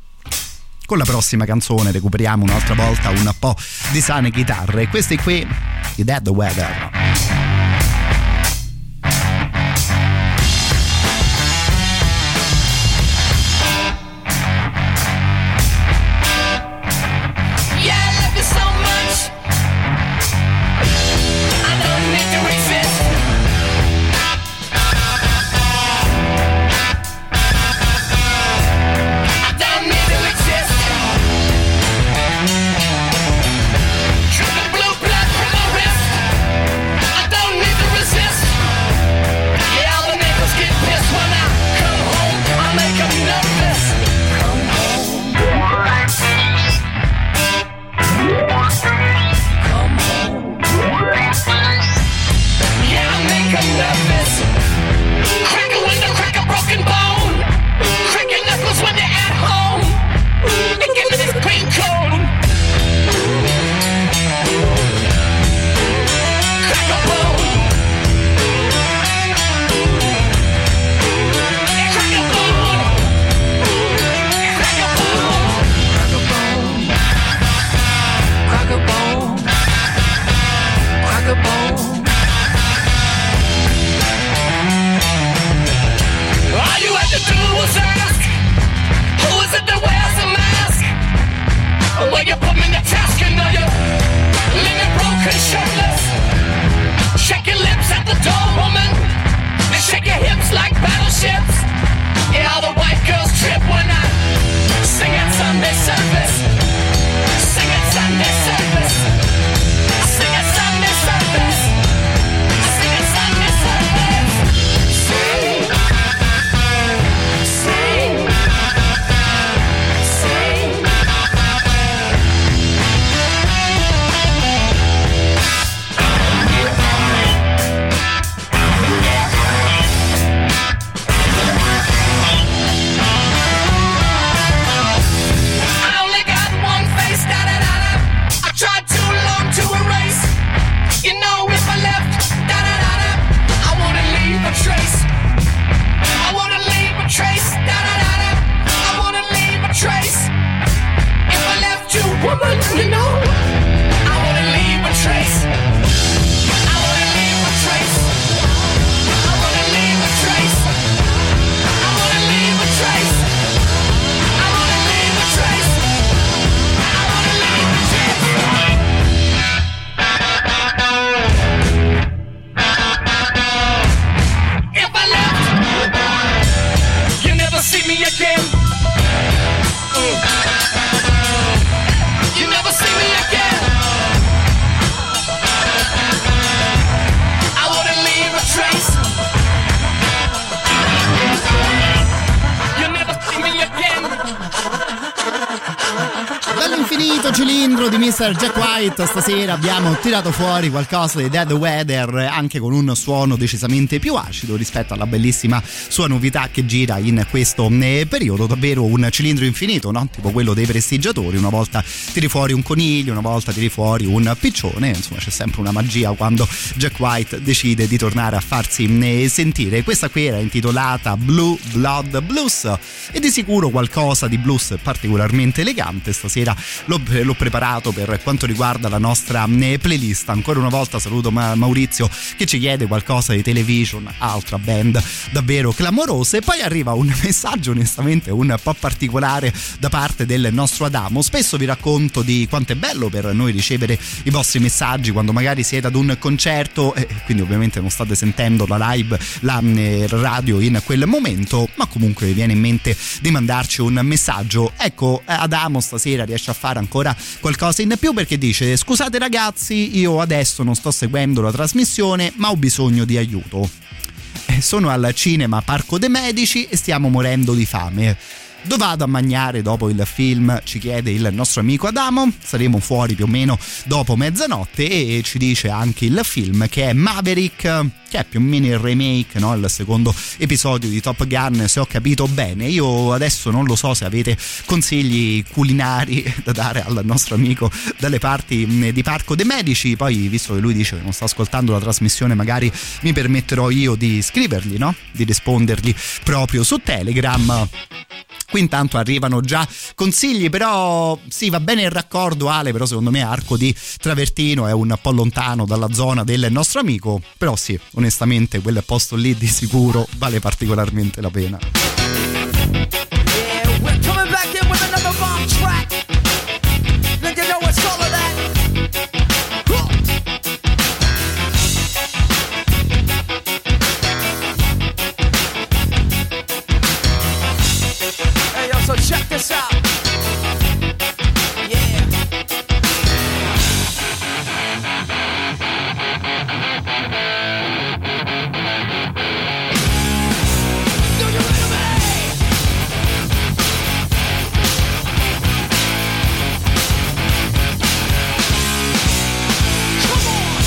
con la prossima canzone recuperiamo un'altra volta un po' di sane chitarre. Questi qui, i Dead Weather. Blue blood from my wrist. I cilindro di mister Jack White. Stasera abbiamo tirato fuori qualcosa di Dead Weather, anche con un suono decisamente più acido rispetto alla bellissima sua novità che gira in questo periodo. Davvero un cilindro infinito, no? Tipo quello dei prestigiatori. Una volta tiri fuori un coniglio, una volta tiri fuori un piccione. Insomma, c'è sempre una magia quando Jack White decide di tornare a farsi sentire. Questa qui era intitolata Blue Blood Blues e di sicuro qualcosa di blues particolarmente elegante stasera l'ho, l'ho preparato per quanto riguarda la nostra playlist. Ancora una volta saluto Maurizio che ci chiede qualcosa di Television, altra band davvero clamorosa. E poi arriva un messaggio onestamente un po' particolare da parte del nostro Adamo. Spesso vi racconto di quanto è bello per noi ricevere i vostri messaggi quando magari siete ad un concerto e quindi ovviamente non state sentendo la live, la radio in quel momento, ma comunque vi viene in mente di mandarci un messaggio. Ecco, Adamo stasera riesce a fare ancora qualcosa in più perché dice: scusate ragazzi, io adesso non sto seguendo la trasmissione ma ho bisogno di aiuto. Sono al cinema Parco dei Medici e stiamo morendo di fame. Dove vado a mangiare dopo il film? Ci chiede il nostro amico Adamo. Saremo fuori più o meno dopo mezzanotte e ci dice anche il film che è Maverick, che è più o meno il remake, no? Il secondo episodio di Top Gun, se ho capito bene. Io adesso non lo so se avete consigli culinari da dare al nostro amico dalle parti di Parco dei Medici. Poi, visto che lui dice che non sta ascoltando la trasmissione, magari mi permetterò io di scrivergli, no? Di rispondergli proprio su Telegram. Qui intanto arrivano già consigli, però sì, va bene il raccordo Ale, però secondo me Arco di Travertino è un po' lontano dalla zona del nostro amico, però sì, onestamente quel posto lì di sicuro vale particolarmente la pena. Yeah, we're coming back in with another bomb track. Then you know what's all of that. Hey yo, so check this out. Yeah. Do you ready, man? Come on.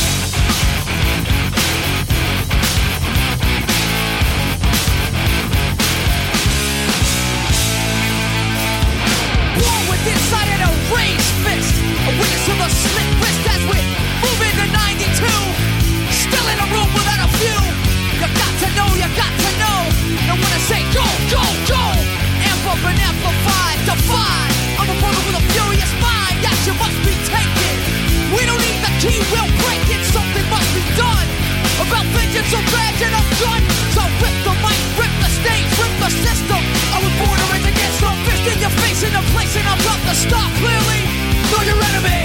War with inside and a raised fist. A witness of a slit wrist as we move into ninety-two. Still in a room without a view. You got to know, you got to know. And when I say go, go, go, amp up and amplify, defy. I'm a brother with a furious mind. Action must be taken. We don't need the key, we'll break it. Something must be done. About vengeance, so bad and I'm done. So rip the mic, rip the stage, rip the system. I was born to raise against no fist in your face in a place and I'm about to stop clearly. Know your enemy.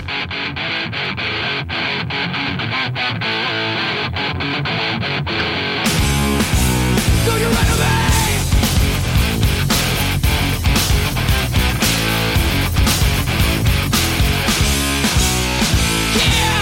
Know your enemy. Yeah.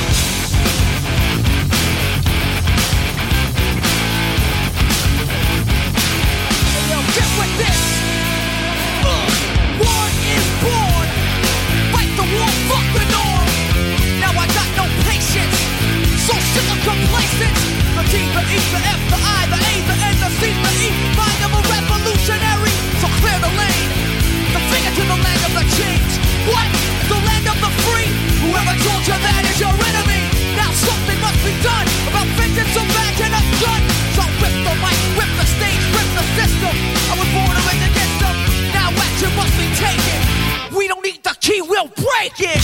Hey, yo, get with this. Uh, war is born. Fight the war, fuck the norm. Now I got no patience. So sick of complacence. The T, the E, the F, the I, the A, the N, the C, the E. Mind of a revolutionary. So clear the lane. The finger to the land of the change. What? The land of the free. Whoever told you that is your enemy. Now something must be done about vengeance so bad and I'm done. So rip the mic, rip the stage, rip the system. I was born to raise against them. Now action must be taken. We don't need the key, we'll break it.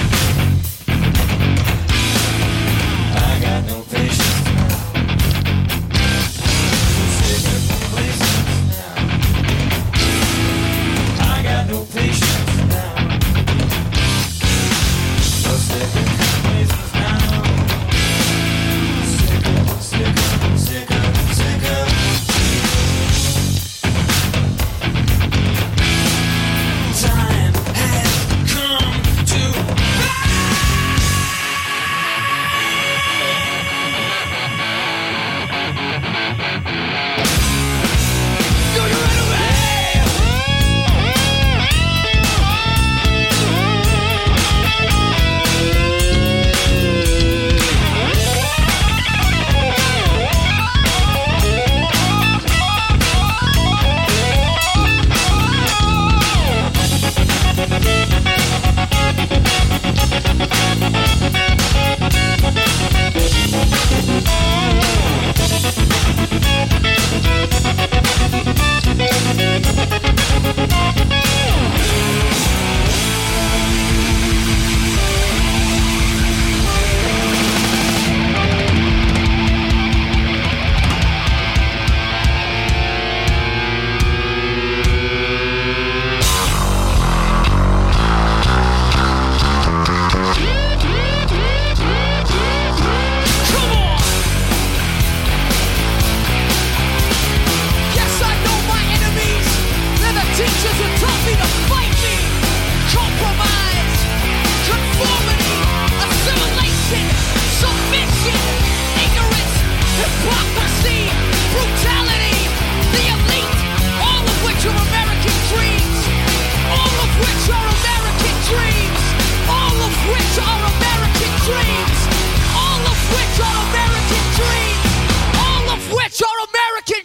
I got no patience.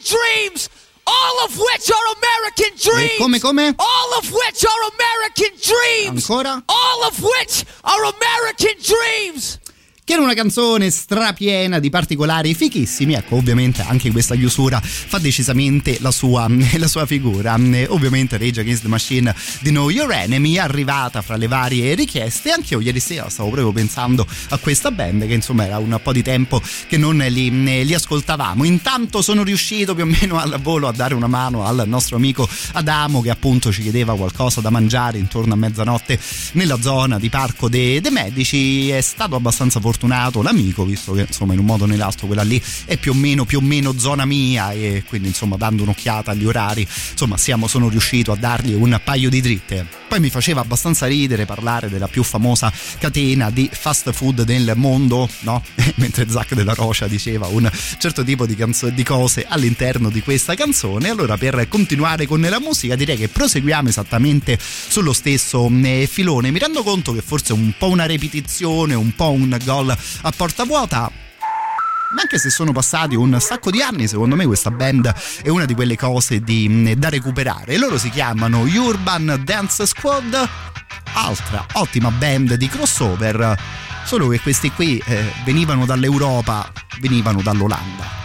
dreams, all of which are American dreams. E come come? All of which are American dreams. Ancora? All of which are American dreams. Che era una canzone strapiena di particolari fichissimi. Ecco, ovviamente anche questa chiusura fa decisamente la sua, la sua figura. Ovviamente Rage Against the Machine di Know Your Enemy è arrivata fra le varie richieste. Anche io ieri sera stavo proprio pensando a questa band, che insomma era un po' di tempo che non li, li ascoltavamo. Intanto sono riuscito più o meno al volo a dare una mano al nostro amico Adamo, che appunto ci chiedeva qualcosa da mangiare intorno a mezzanotte nella zona di Parco dei de Medici. È stato abbastanza fortunato l'amico, visto che insomma in un modo o nell'altro quella lì è più o meno più o meno zona mia, e quindi insomma dando un'occhiata agli orari insomma siamo, sono riuscito a dargli un paio di dritte. Poi mi faceva abbastanza ridere parlare della più famosa catena di fast food del mondo, no? Mentre Zac della Rocha diceva un certo tipo di, canzo- di cose all'interno di questa canzone. Allora, per continuare con la musica, direi che proseguiamo esattamente sullo stesso eh, filone. Mi rendo conto che forse è un po' una ripetizione, un po' un gol a porta vuota, ma anche se sono passati un sacco di anni, secondo me questa band è una di quelle cose di, da recuperare. Loro si chiamano Urban Dance Squad, altra ottima band di crossover, solo che questi qui eh, venivano dall'Europa, venivano dall'Olanda.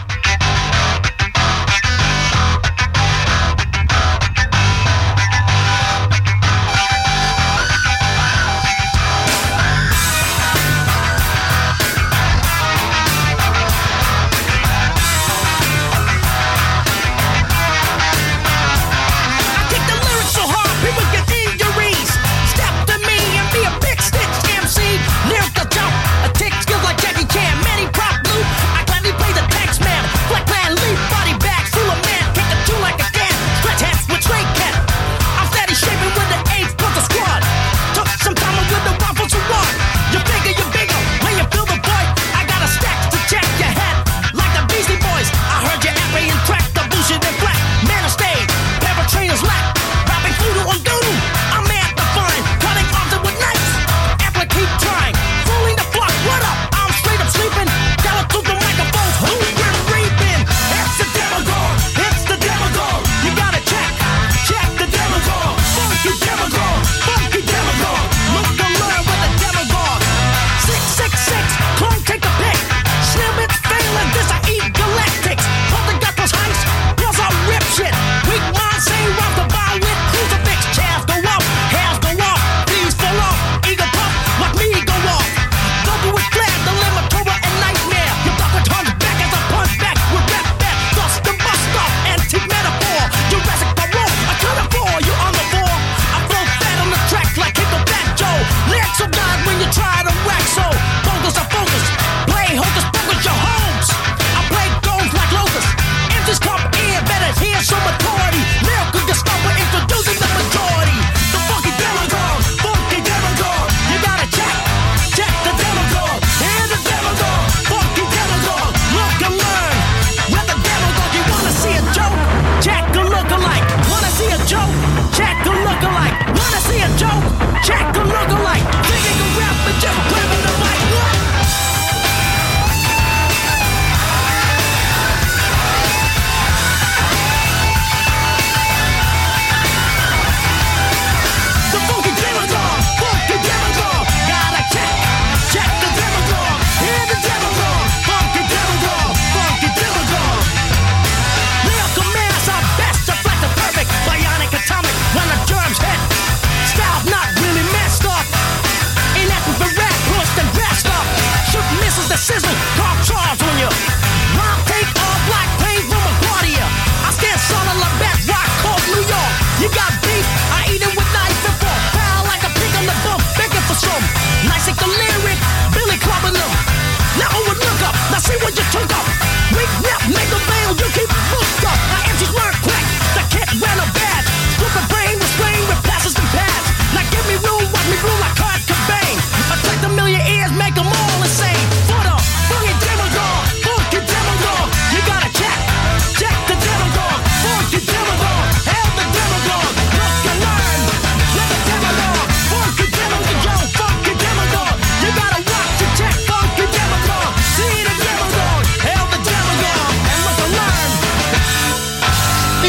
Lyrical jump, a tick skills like Jackie Chan, many prop loop. I gladly play the text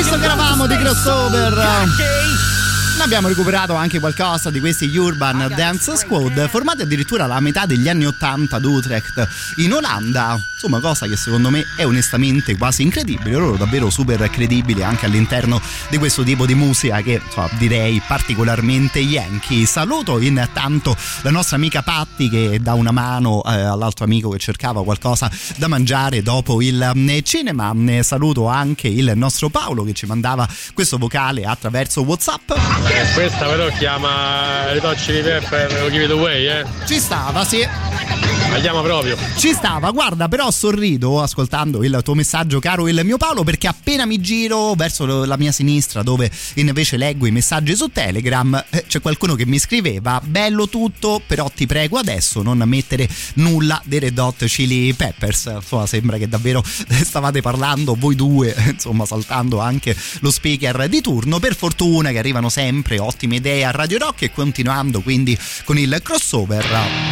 Visto che eravamo di crossover, ne abbiamo recuperato anche qualcosa di questi Urban Dance Squad, formati addirittura alla metà degli anni ottanta ad Utrecht in Olanda. Insomma, cosa che secondo me è onestamente quasi incredibile. Loro davvero super credibili anche all'interno di questo tipo di musica che, insomma, direi particolarmente yankee. Saluto intanto la nostra amica Patti che dà una mano eh, all'altro amico che cercava qualcosa da mangiare dopo il eh, cinema. Ne saluto anche il nostro Paolo che ci mandava questo vocale attraverso WhatsApp. Eh, questa però chiama Red Hot Chili Pepper, Give It Away, eh? Ci stava, sì. La chiama proprio. Ci stava, guarda, però sorrido ascoltando il tuo messaggio, caro il mio Paolo, perché appena mi giro verso la mia sinistra, dove invece leggo i messaggi su Telegram, eh, c'è qualcuno che mi scriveva: bello tutto, però ti prego adesso non mettere nulla dei Red Hot Chili Peppers. Insomma, sembra che davvero stavate parlando voi due, insomma, saltando anche lo speaker di turno. Per fortuna che arrivano sempre ottime idee a Radio Rock, e continuando quindi con il crossover,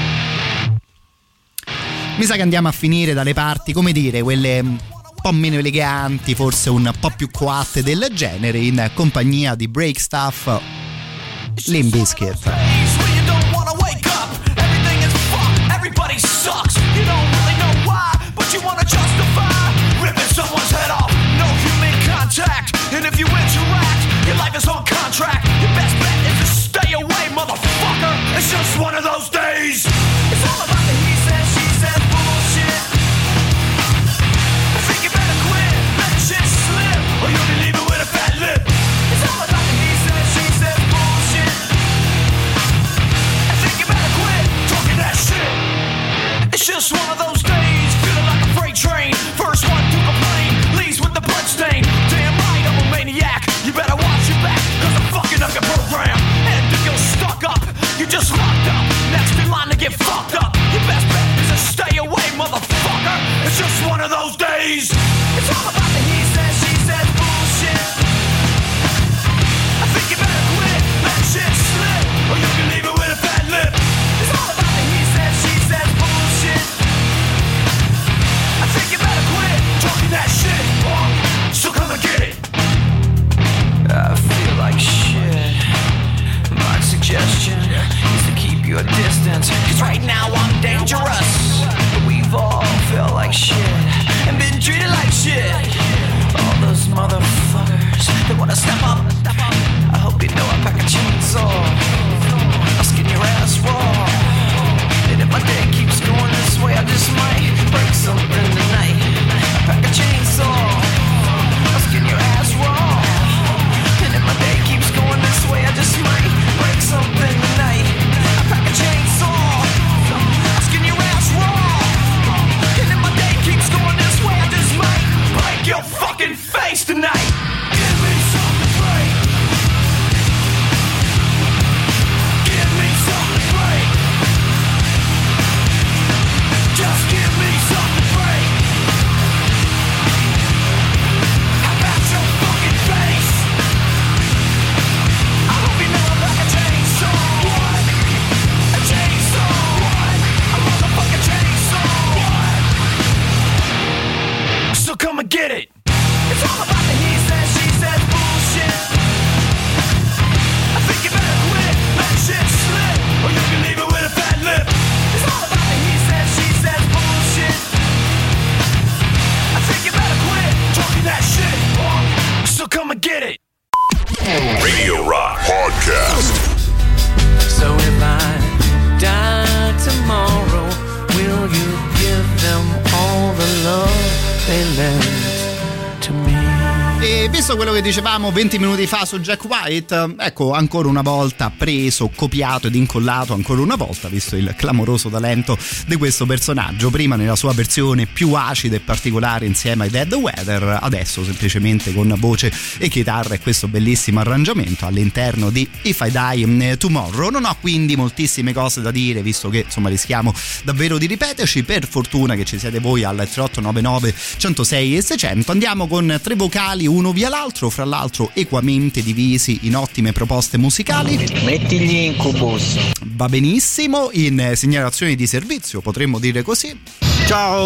mi sa che andiamo a finire dalle parti, come dire, quelle un po' meno eleganti, forse un po' più coatte del genere, in compagnia di Break Stuff, Limp Bizkit. And if you interact, your life is on contract. Your best bet is to stay away, motherfucker. It's just one of those days. It's all about the he said, she said bullshit. I think you better quit, let shit slip, or you'll be leaving with a fat lip. It's all about the he said, she said bullshit. I think you better quit talking that shit. It's just one of those days, feeling like a freight train. First one to complain, leaves with the bloodstain. Damn right, I'm a maniac. You better watch your back, cause I'm fucking up your program. And if you're stuck up, you just locked up. Next in line to get fucked up. Your best bet is to stay away, motherfucker. It's just one of those days. It's all about the he said, she said bullshit. I think you better quit, let shit slip, or you can leave it with a fat lip. It's all about the he said, she said bullshit. I think you better quit talking that shit, or so come and get it. I feel like shit. My suggestion is to keep your distance, cause right now I'm dangerous. We've all felt like shit and been treated like shit. All those motherfuckers that wanna step up, I hope you know I pack a chainsaw. I'll skin your ass raw. And if my day keeps going this way, I just might break something tonight. I pack a chainsaw. I'll skin your ass raw. And if my day keeps going this way, I just might break something tonight. I pack a chainsaw. I'll skin your ass raw. And if my day keeps going this way, I just might break your fucking face tonight. Give me something to break. Give me something to break. Just give me something to break. How about your fucking face? I hope you know I'm like a chainsaw. What? A chainsaw. What? A motherfucking chainsaw. What? So come and get it. It's all about the he said, she said bullshit. I think you better quit, let shit slip, or you can leave it with a fat lip. It's all about the he said, she said bullshit. I think you better quit talking that shit, or so come and get it. Radio Rock Podcast. So if I die tomorrow, will you give them all the love they lent to me? E visto quello che dicevamo venti minuti fa su Jack White, ecco, ancora una volta preso, copiato ed incollato ancora una volta, visto il clamoroso talento di questo personaggio, prima nella sua versione più acida e particolare insieme ai Dead Weather, adesso semplicemente con voce e chitarra e questo bellissimo arrangiamento all'interno di If I Die Tomorrow. Non ho quindi moltissime cose da dire, visto che insomma rischiamo davvero di ripeterci. Per fortuna che ci siete voi al tre otto nove nove centosei e seicento. Andiamo con tre vocali uno via l'altro, fra l'altro equamente divisi in ottime proposte musicali. Mettigli Incubus. Va benissimo, in segnalazioni di servizio, potremmo dire così. Ciao,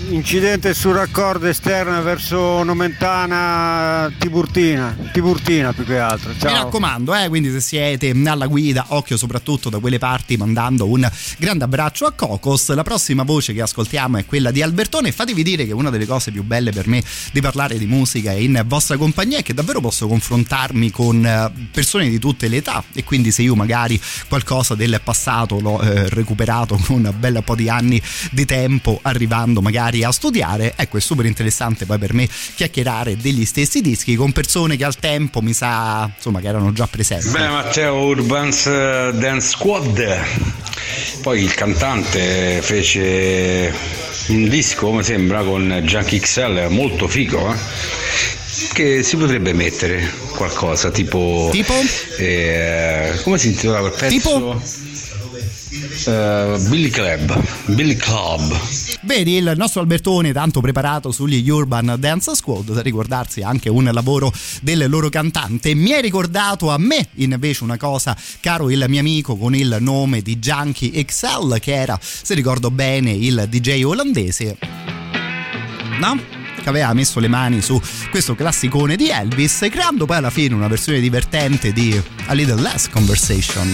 incidente sul raccordo esterno verso Nomentana Tiburtina, Tiburtina più che altro. Ciao. Mi raccomando, eh, quindi se siete alla guida, occhio soprattutto da quelle parti, mandando un grande abbraccio a Cocos. La prossima voce che ascoltiamo è quella di Albertone. Fatevi dire che una delle cose più belle per me di parlare di musica in vostra compagnia è che davvero posso confrontarmi con persone di tutte le età, e quindi se io magari qualcosa del passato l'ho eh, recuperato con un bel po' di anni di tempo arrivando magari a studiare, ecco, è super interessante poi per me chiacchierare degli stessi dischi con persone che al tempo mi sa insomma che erano già presenti. Beh, Matteo, Urban's Dance Squad, poi il cantante fece un disco, mi sembra, con Junkie X L molto figo, eh? Che si potrebbe mettere qualcosa tipo tipo eh, come si intitola quel pezzo? Tipo Uh, Billy Club Billy Club. Vedi, il nostro Albertone tanto preparato sugli Urban Dance Squad da ricordarsi anche un lavoro del loro cantante. Mi hai ricordato a me invece una cosa, caro il mio amico con il nome di Junkie X L, che era, se ricordo bene, il D J olandese, no? Che aveva messo le mani su questo classicone di Elvis, creando poi alla fine una versione divertente di A Little Less Conversation.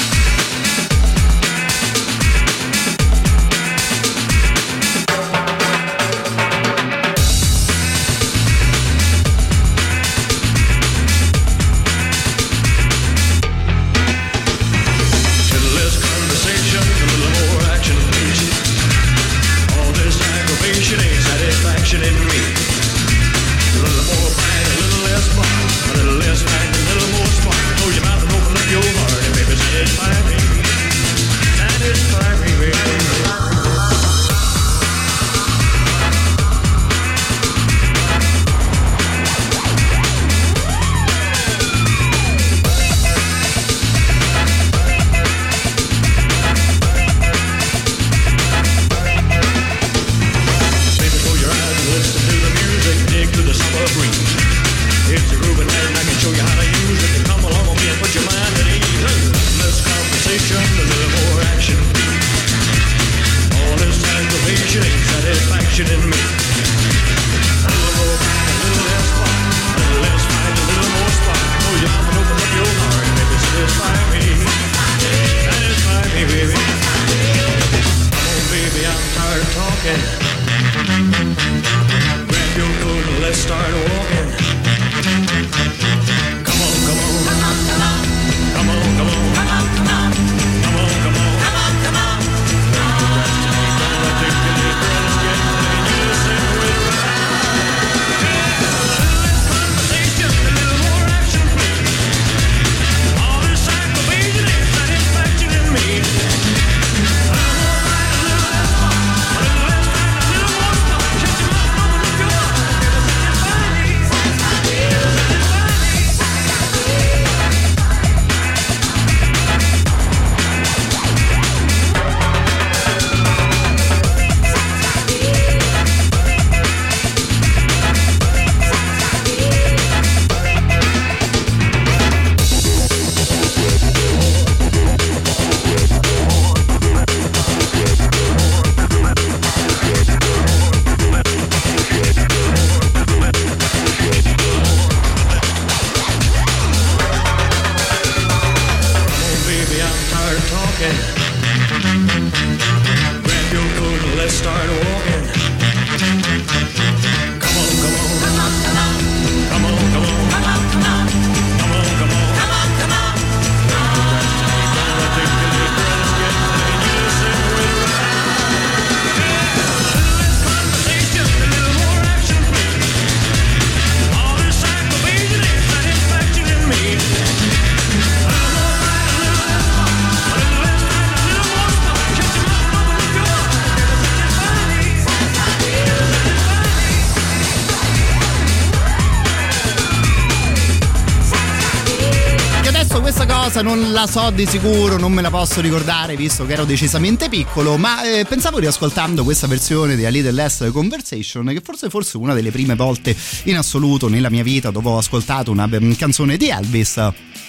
Non la so di sicuro, non me la posso ricordare visto che ero decisamente piccolo, ma eh, pensavo riascoltando questa versione di A Little Less Conversation che forse forse una delle prime volte in assoluto nella mia vita dove ho ascoltato una canzone di Elvis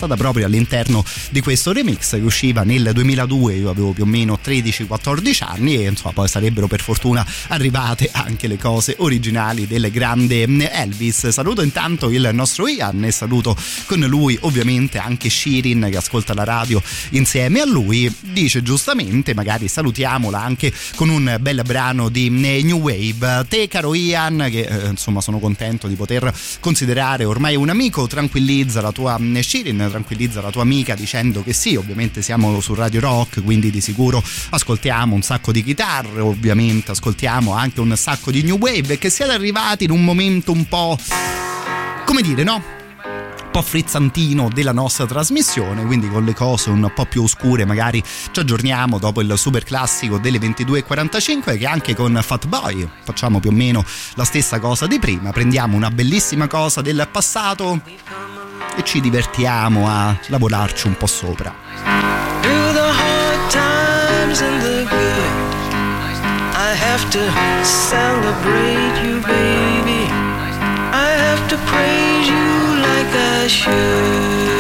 stata proprio all'interno di questo remix che usciva nel duemiladue. Io avevo più o meno tredici quattordici anni e insomma poi sarebbero per fortuna arrivate anche le cose originali del grande Elvis. Saluto intanto il nostro Ian e saluto con lui ovviamente anche Shirin che ascolta la radio insieme a lui. Dice giustamente, magari salutiamola anche con un bel brano di New Wave. Te caro Ian, che eh, insomma sono contento di poter considerare ormai un amico, tranquillizza la tua Shirin, tranquillizza la tua amica dicendo che sì, ovviamente siamo su Radio Rock, quindi di sicuro ascoltiamo un sacco di chitarre, ovviamente ascoltiamo anche un sacco di New Wave e che siete arrivati in un momento un po', come dire, no? Un po' frizzantino della nostra trasmissione, quindi con le cose un po' più oscure magari ci aggiorniamo dopo il super classico delle ventidue e quarantacinque, che anche con Fatboy facciamo più o meno la stessa cosa di prima, prendiamo una bellissima cosa del passato e ci divertiamo a lavorarci un po' sopra. Through the hard times and the good, I have to celebrate you, baby. I have to praise you like I should.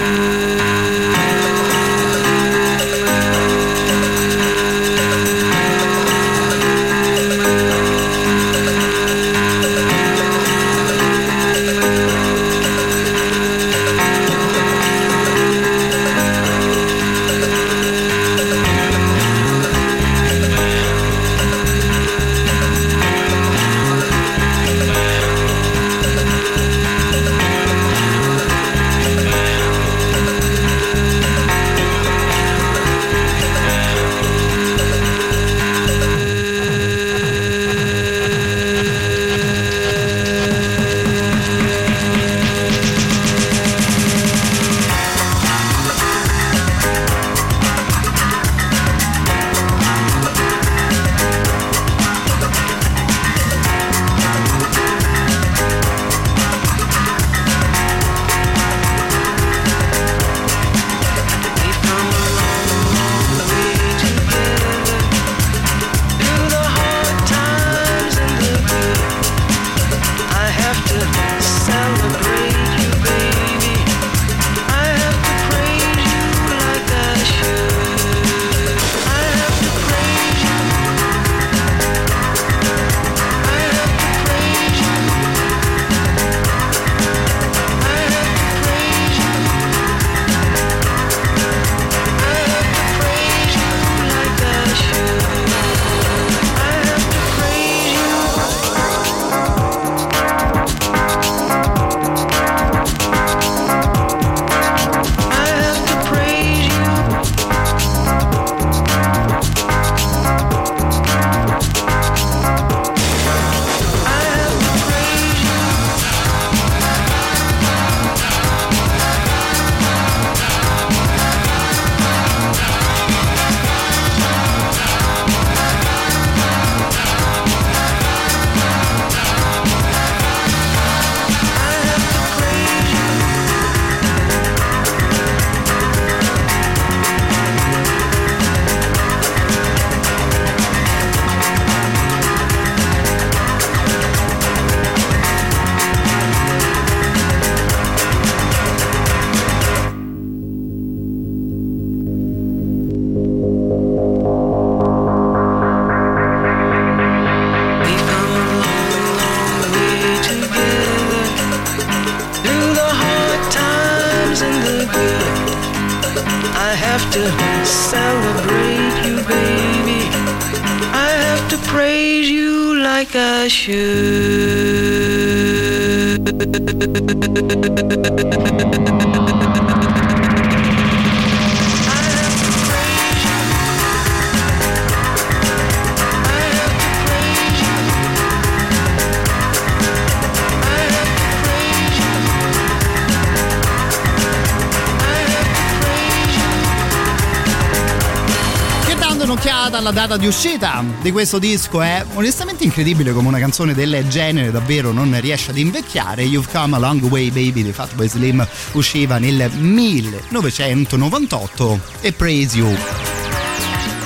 La data di uscita di questo disco è onestamente incredibile come una canzone del genere davvero non riesce ad invecchiare. You've Come a Long Way Baby di Fatboy Slim usciva nel millenovecentonovantotto e Praise You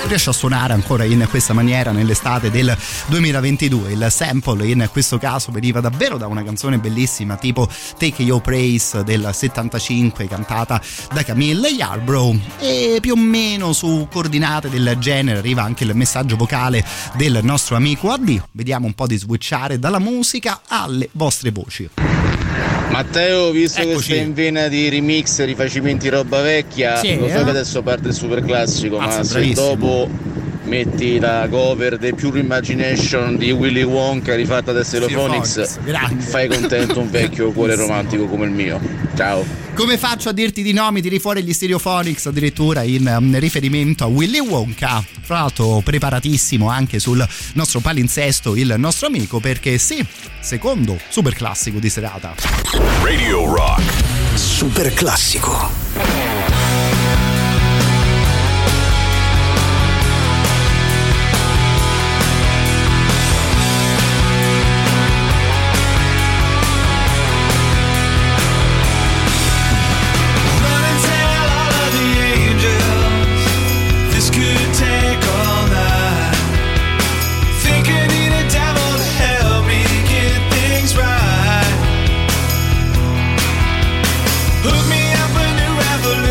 riesce a suonare ancora in questa maniera nell'estate del duemilaventidue. Il sample in questo caso veniva davvero da una canzone bellissima tipo Take Your Praise del settantacinque, cantata da Camille Yarbrough, e più o meno su coordinate del genere arriva anche il messaggio vocale del nostro amico A D. Vediamo un po' di switchare dalla musica alle vostre voci. Matteo, visto Eccoci. che stai in vena di remix, rifacimenti roba vecchia, Sì, lo so eh? che adesso parte il super classico, Mazza, ma se bravissimo. dopo metti la cover The Pure Imagination di Willy Wonka rifatta da Stereophonics, Stereophonics, grande. fai contento un vecchio cuore romantico come il mio. Ciao. Come faccio a dirti di no? Mi tiri fuori gli Stereophonics addirittura in um, riferimento a Willy Wonka. Fra l'altro preparatissimo anche sul nostro palinsesto il nostro amico, perché sì, secondo super classico di serata. Radio Rock. Super classico. Hook me up a new revolution.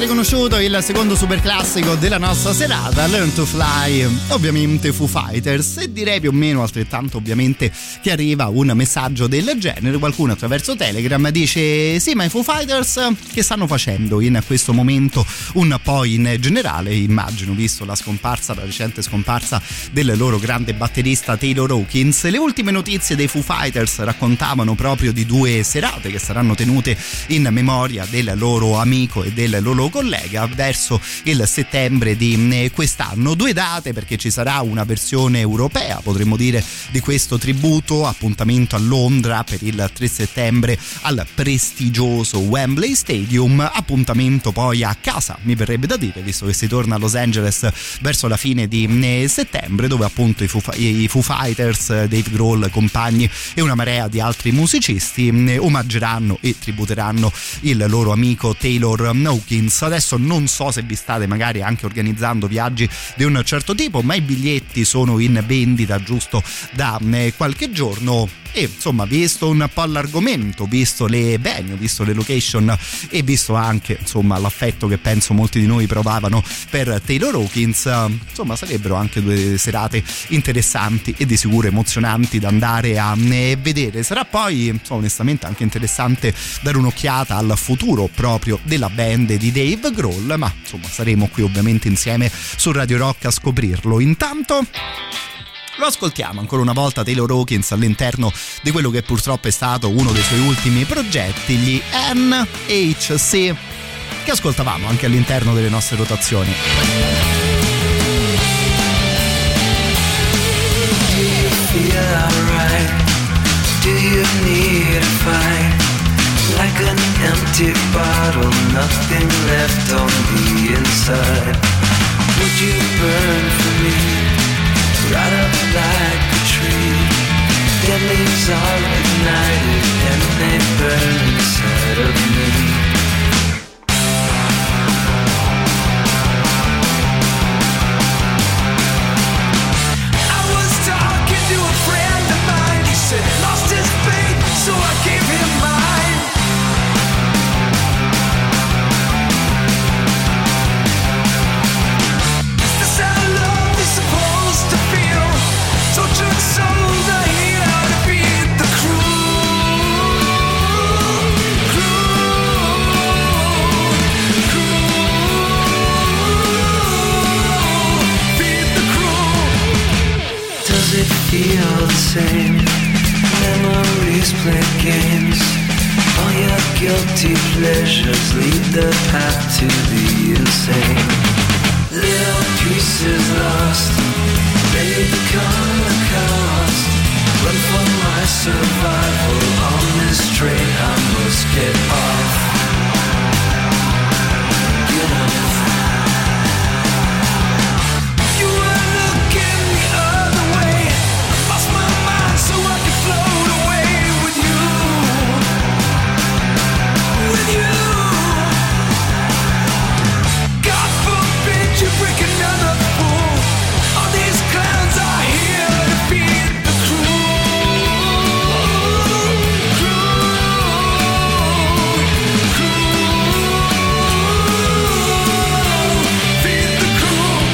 riconosciuto il secondo super classico della nostra serata, Learn to Fly, ovviamente Foo Fighters, e direi più o meno altrettanto ovviamente che arriva un messaggio del genere. Qualcuno attraverso Telegram dice: sì, ma i Foo Fighters che stanno facendo in questo momento un po' in generale, immagino, visto la scomparsa, la recente scomparsa del loro grande batterista Taylor Hawkins. Le ultime notizie dei Foo Fighters raccontavano proprio di due serate che saranno tenute in memoria del loro amico e del loro collega verso il settembre di quest'anno. Due date perché ci sarà una versione europea, potremmo dire, di questo tributo. Appuntamento a Londra per il tre settembre al prestigioso Wembley Stadium, appuntamento poi a casa, mi verrebbe da dire, visto che si torna a Los Angeles verso la fine di settembre, dove appunto i Foo, i Foo Fighters, Dave Grohl, compagni e una marea di altri musicisti omaggeranno e tributeranno il loro amico Taylor Hawkins. Adesso non so se vi state magari anche organizzando viaggi di un certo tipo, ma i biglietti sono in vendita giusto da qualche giorno. E insomma, visto un po' l'argomento, visto le venue, visto le location e visto anche insomma l'affetto che penso molti di noi provavano per Taylor Hawkins, insomma sarebbero anche due serate interessanti e di sicuro emozionanti da andare a vedere. Sarà poi insomma, onestamente anche interessante dare un'occhiata al futuro proprio della band di Dave Grohl, ma insomma saremo qui ovviamente insieme su Radio Rock a scoprirlo. Intanto lo ascoltiamo ancora una volta Taylor Hawkins all'interno di quello che purtroppo è stato uno dei suoi ultimi progetti, gli N H C, che ascoltavamo anche all'interno delle nostre rotazioni. Do you feel alright? Do you need a fight? Like an empty bottle, nothing left on the inside. Would you burn for me? Right up like a tree. Their leaves are ignited and they burn inside of me. I was talking to a friend of mine. He said he lost his faith, so I gave him mine. Is this how love is supposed to feel? Tortured souls are here to feed the cruel, cruel, cruel. Feed the cruel. Does it feel the same? Memories play games. All your guilty pleasures lead the path to the insane. Little pieces lost, they become the cost. Run for my survival on this train, I must get off. Get off. You were looking the other way. I lost my mind so I could float away with you. With you. God forbid you break another fool. All these clowns are here to feed the cruel, cruel, cruel. Feed the cruel.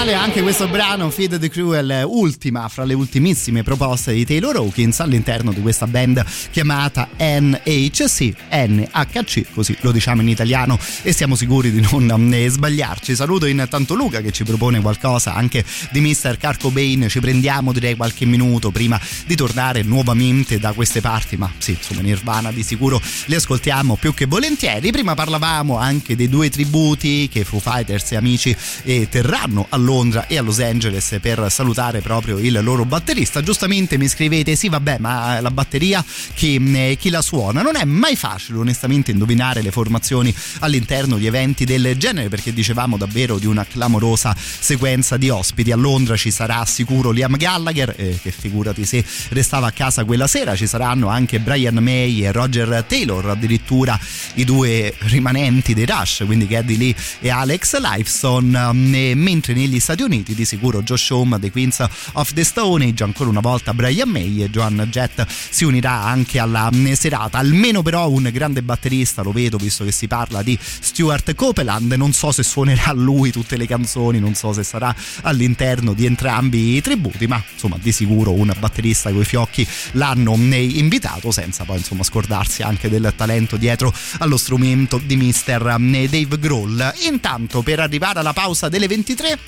musicale anche questo brano Feed the Cruel, ultima fra le ultimissime proposte di Taylor Hawkins all'interno di questa band chiamata N H C, N H C, così lo diciamo in italiano e siamo sicuri di non eh, sbagliarci. Saluto intanto Luca che ci propone qualcosa anche di mister Kurt Cobain. Ci prendiamo direi qualche minuto prima di tornare nuovamente da queste parti, ma sì, insomma Nirvana di sicuro li ascoltiamo più che volentieri. Prima parlavamo anche dei due tributi che Foo Fighters e amici eh, terranno a Londra e a Los Angeles per salutare proprio il loro batterista. Giustamente mi scrivete: sì vabbè, ma la batteria chi, eh, chi la suona? Non è mai facile onestamente indovinare le formazioni all'interno di eventi del genere, perché dicevamo davvero di una clamorosa sequenza di ospiti. A Londra ci sarà sicuro Liam Gallagher, eh, che figurati se restava a casa quella sera. Ci saranno anche Brian May e Roger Taylor, addirittura i due rimanenti dei Rush, quindi Geddy Lee e Alex Lifeson, e mentre negli Stati Uniti di sicuro Josh Homme dei Queens of the Stone Age, ancora una volta Brian May, e Joan Jett si unirà anche alla serata. Almeno però un grande batterista lo vedo, visto che si parla di Stuart Copeland. Non so se suonerà lui tutte le canzoni, non so se sarà all'interno di entrambi i tributi, ma insomma di sicuro un batterista coi fiocchi l'hanno invitato, senza poi insomma scordarsi anche del talento dietro allo strumento di mister Dave Grohl. Intanto, per arrivare alla pausa delle ventitré,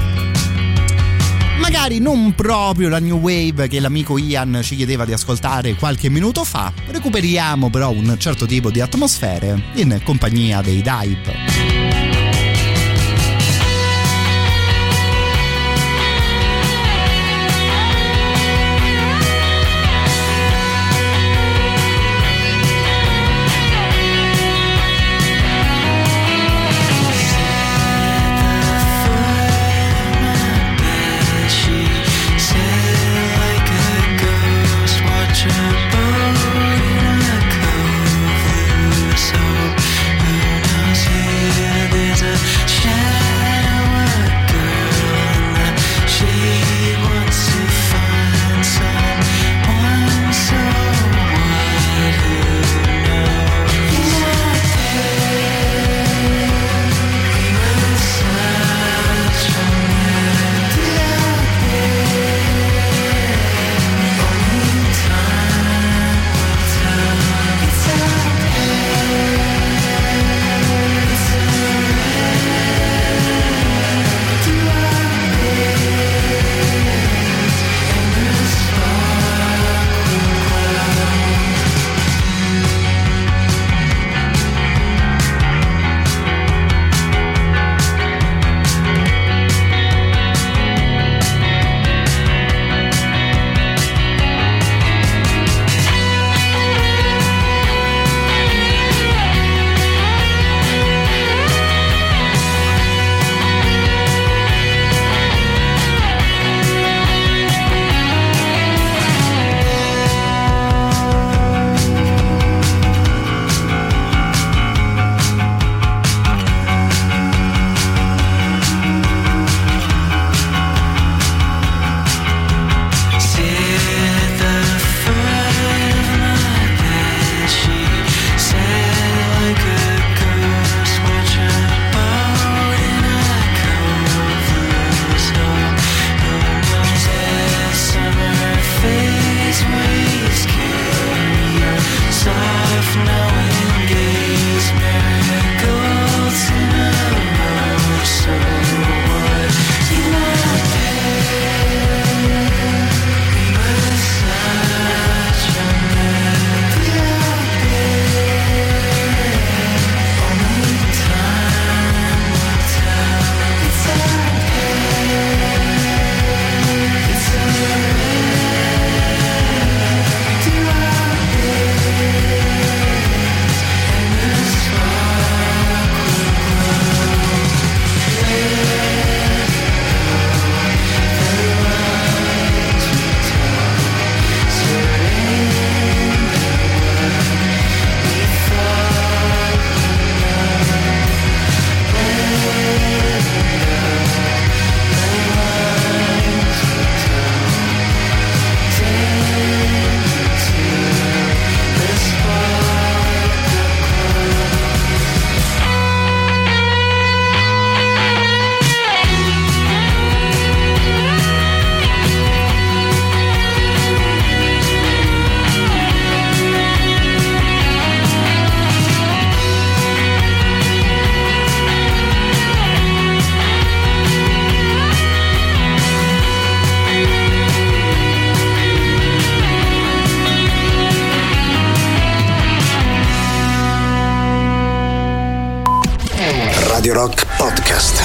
magari non proprio la new wave che l'amico Ian ci chiedeva di ascoltare qualche minuto fa, recuperiamo però un certo tipo di atmosfere in compagnia dei Dive. Yeah. Radio Rock Podcast.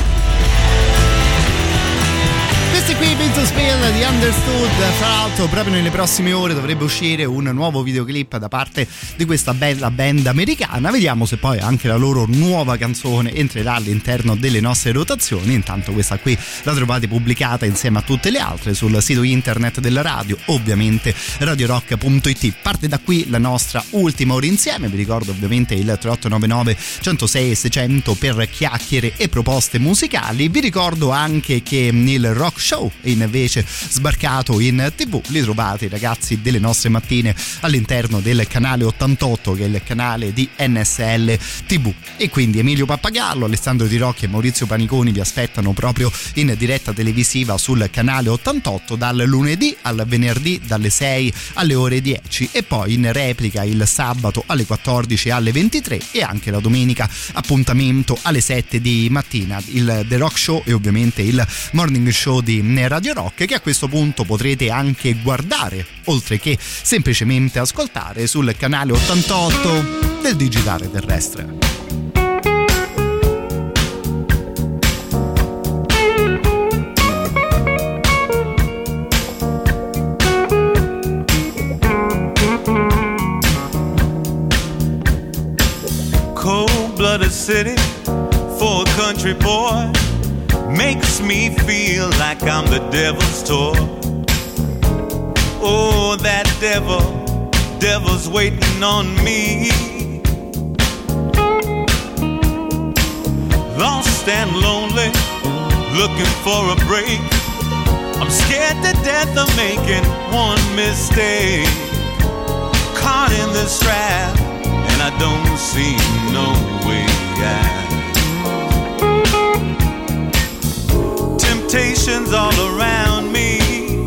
Questi qui Beat to Spill di Understood. Fra l'altro proprio nelle prossime ore dovrebbe uscire un nuovo videoclip da parte di questa bella band americana. Vediamo se poi anche la loro nuova canzone entrerà all'interno delle nostre rotazioni. Intanto questa qui la trovate pubblicata insieme a tutte le altre sul sito internet della radio, ovviamente radiorock punto it. Parte da qui la nostra ultima ora insieme. Vi ricordo ovviamente il tre otto nove nove centosei e seicento per chiacchiere e proposte musicali. Vi ricordo anche che il Rock Show è invece sbarcato in tv. Li trovate, ragazzi, delle nostre mattine all'interno del canale ottantotto, che è il canale di N S L tivù. E quindi Emilio Pappagallo, Alessandro Di Rocchi e Maurizio Paniconi vi aspettano proprio in diretta televisiva sul canale ottantotto dal lunedì al venerdì dalle sei alle ore dieci, e poi in replica il sabato alle quattordici e alle ventitré, e anche la domenica appuntamento alle sette di mattina, il The Rock Show e ovviamente il Morning Show di Radio Rock, che a questo punto potrete anche guardare oltre che semplicemente ascoltare sul canale ottantotto del digitale terrestre. Cold-blooded city for a country boy makes me feel like I'm the devil's toy. Oh, that devil, devil's waiting on me. Lost and lonely, looking for a break. I'm scared to death of making one mistake. Caught in this trap, and I don't see no way out. Temptations all around me,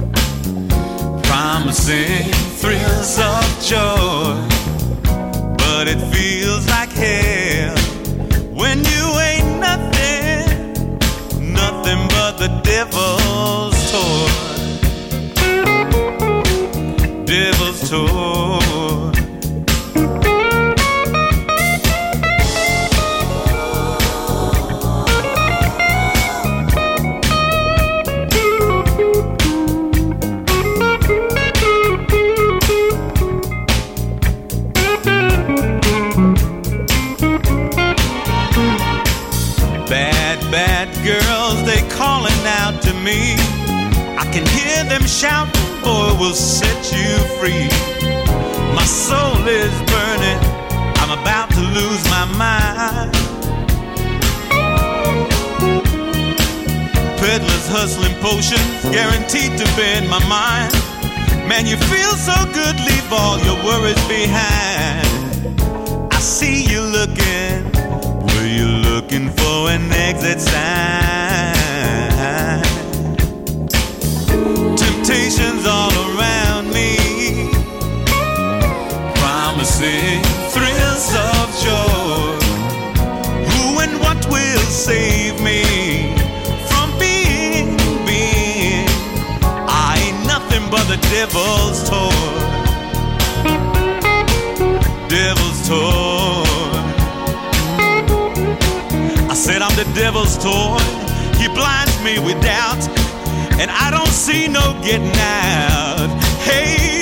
promising thrills of joy, but it feels like hell when you ain't nothing, nothing but the devil's toy, devil's toy. Girls, they calling out to me. I can hear them shouting, boy, we'll set you free. My soul is burning, I'm about to lose my mind. Peddlers hustling potions, guaranteed to bend my mind. Man, you feel so good, leave all your worries behind. I see you looking, were you looking for an exit sign? Temptations all around me, promising thrills of joy. Who and what will save me from being, being? I ain't nothing but the devil's toy, devil's toy. I said I'm the devil's toy. He blinds me with doubt, and I don't see no getting out. Hey,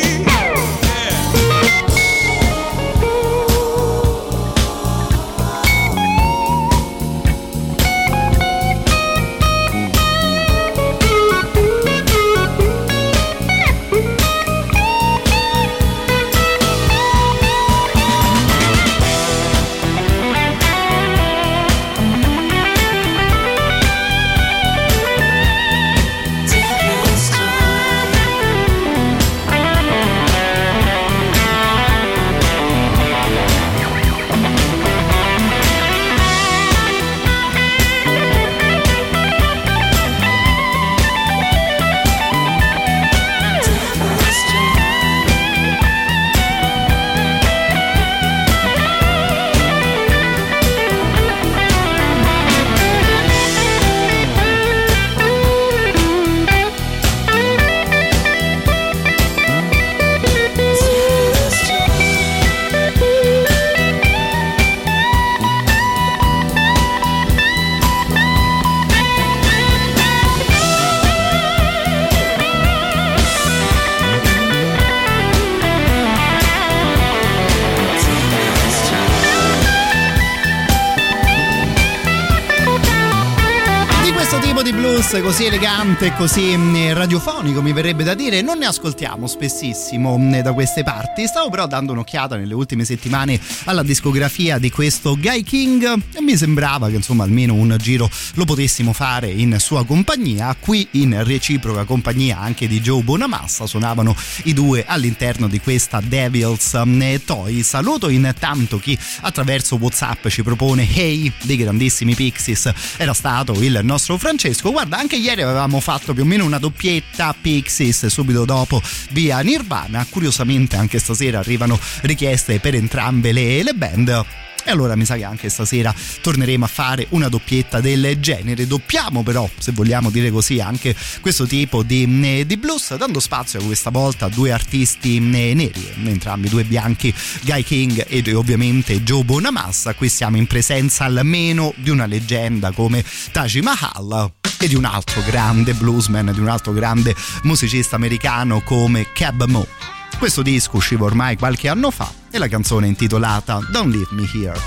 blues così elegante, così radiofonico, mi verrebbe da dire, non ne ascoltiamo spessissimo da queste parti. Stavo però dando un'occhiata nelle ultime settimane alla discografia di questo Guy King e mi sembrava che insomma almeno un giro lo potessimo fare in sua compagnia. Qui in reciproca compagnia anche di Joe Bonamassa suonavano i due all'interno di questa Devil's Toy. Saluto intanto chi attraverso WhatsApp ci propone Hey dei grandissimi Pixies, era stato il nostro Francesco. Guarda, anche ieri avevamo fatto più o meno una doppietta Pixies, subito dopo via Nirvana. Curiosamente anche stasera arrivano richieste per entrambe le, le band. E allora mi sa che anche stasera torneremo a fare una doppietta del genere. Doppiamo però, se vogliamo dire così, anche questo tipo di, di blues, dando spazio questa volta a due artisti neri, entrambi due bianchi, Guy King e ovviamente Joe Bonamassa. Qui siamo in presenza almeno di una leggenda come Taj Mahal e di un altro grande bluesman, di un altro grande musicista americano come Cab Mo. Questo disco usciva ormai qualche anno fa e la canzone è intitolata Don't Leave Me Here.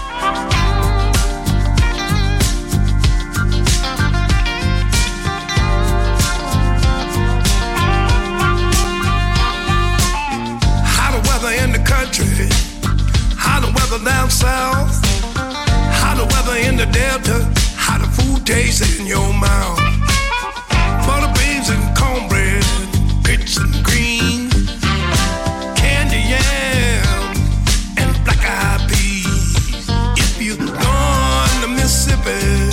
How the weather in the country, how the weather down south, how the weather in the delta, how the food tastes in your mouth. Butter beans and cornbread, grits and greens, yam and black-eyed peas. If you gone to Mississippi,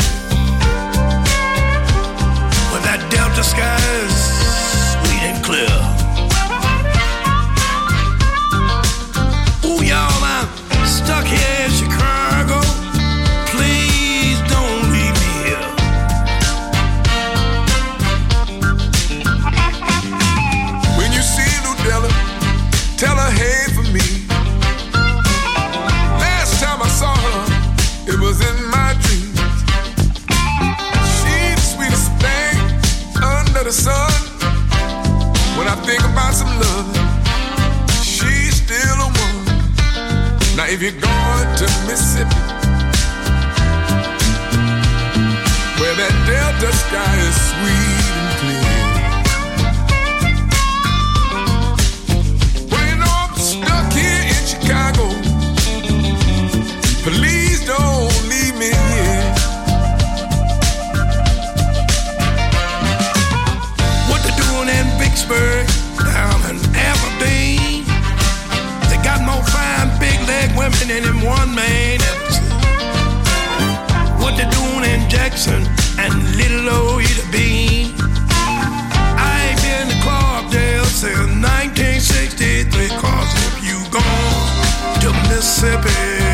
where that delta sky is sweet and clear. Ooh, y'all, I'm stuck here in Chicago. Please don't leave me here. When you see Ludella, tell her hey for me. Last time I saw her, it was in my dreams. She's the sweetest thing under the sun. When I think about some love, she's still the one. Now if you're going to Mississippi, where that delta sky is sweet and clear, Chicago, please don't leave me here. What they doing in Vicksburg, down in Aberdeen? They got more fine big leg women than in one man ever seen. What they doing in Jackson and Little Old Ida Bean? I ain't been to Clarkdale since nineteen sixty-three, cause if you gone to Mississippi,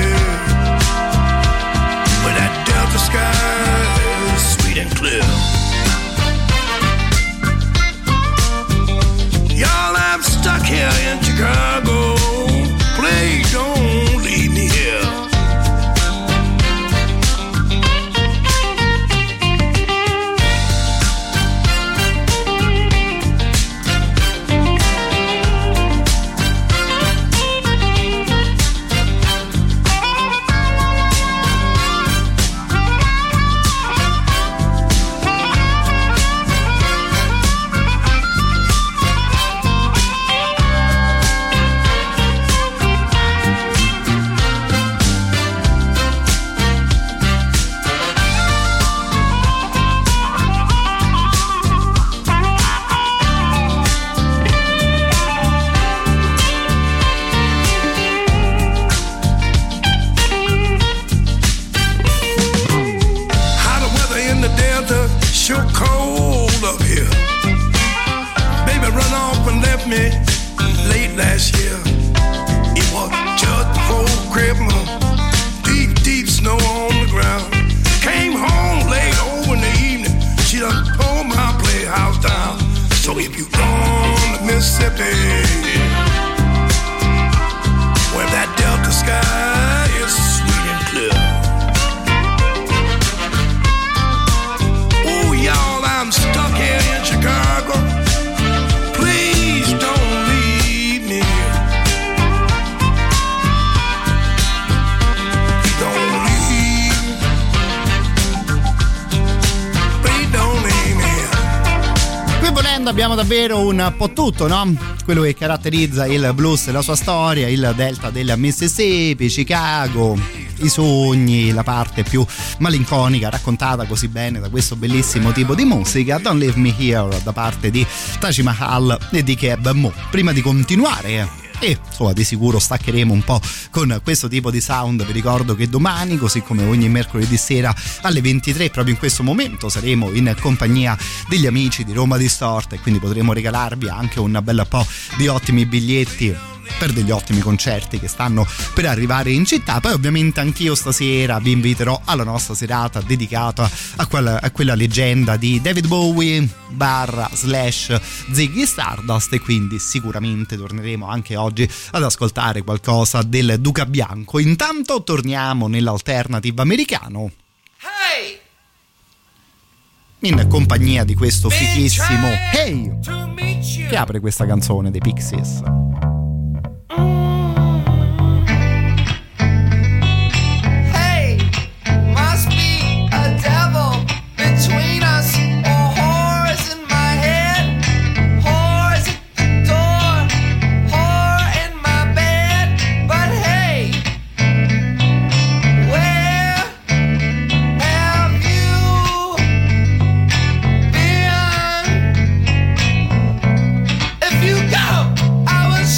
where that delta sky is sweet and clear. Y'all, I'm stuck here in Chicago. Please don't leave me here. band abbiamo davvero un po' tutto, no? Quello che caratterizza il blues e la sua storia, il delta del Mississippi, Chicago, i sogni, la parte più malinconica raccontata così bene da questo bellissimo tipo di musica. Don't Leave Me Here da parte di Taj Mahal e di Keb Mo. Prima di continuare e insomma di sicuro staccheremo un po' con questo tipo di sound, vi ricordo che domani, così come ogni mercoledì sera alle ventitré, proprio in questo momento saremo in compagnia degli amici di Roma Distorta e quindi potremo regalarvi anche un bel po' di ottimi biglietti per degli ottimi concerti che stanno per arrivare in città. Poi ovviamente anch'io stasera vi inviterò alla nostra serata dedicata a quella, a quella leggenda di David Bowie barra slash Ziggy Stardust, e quindi sicuramente torneremo anche oggi ad ascoltare qualcosa del Duca Bianco. Intanto torniamo nell'alternative americano in compagnia di questo fichissimo Hey, che apre questa canzone dei Pixies. I was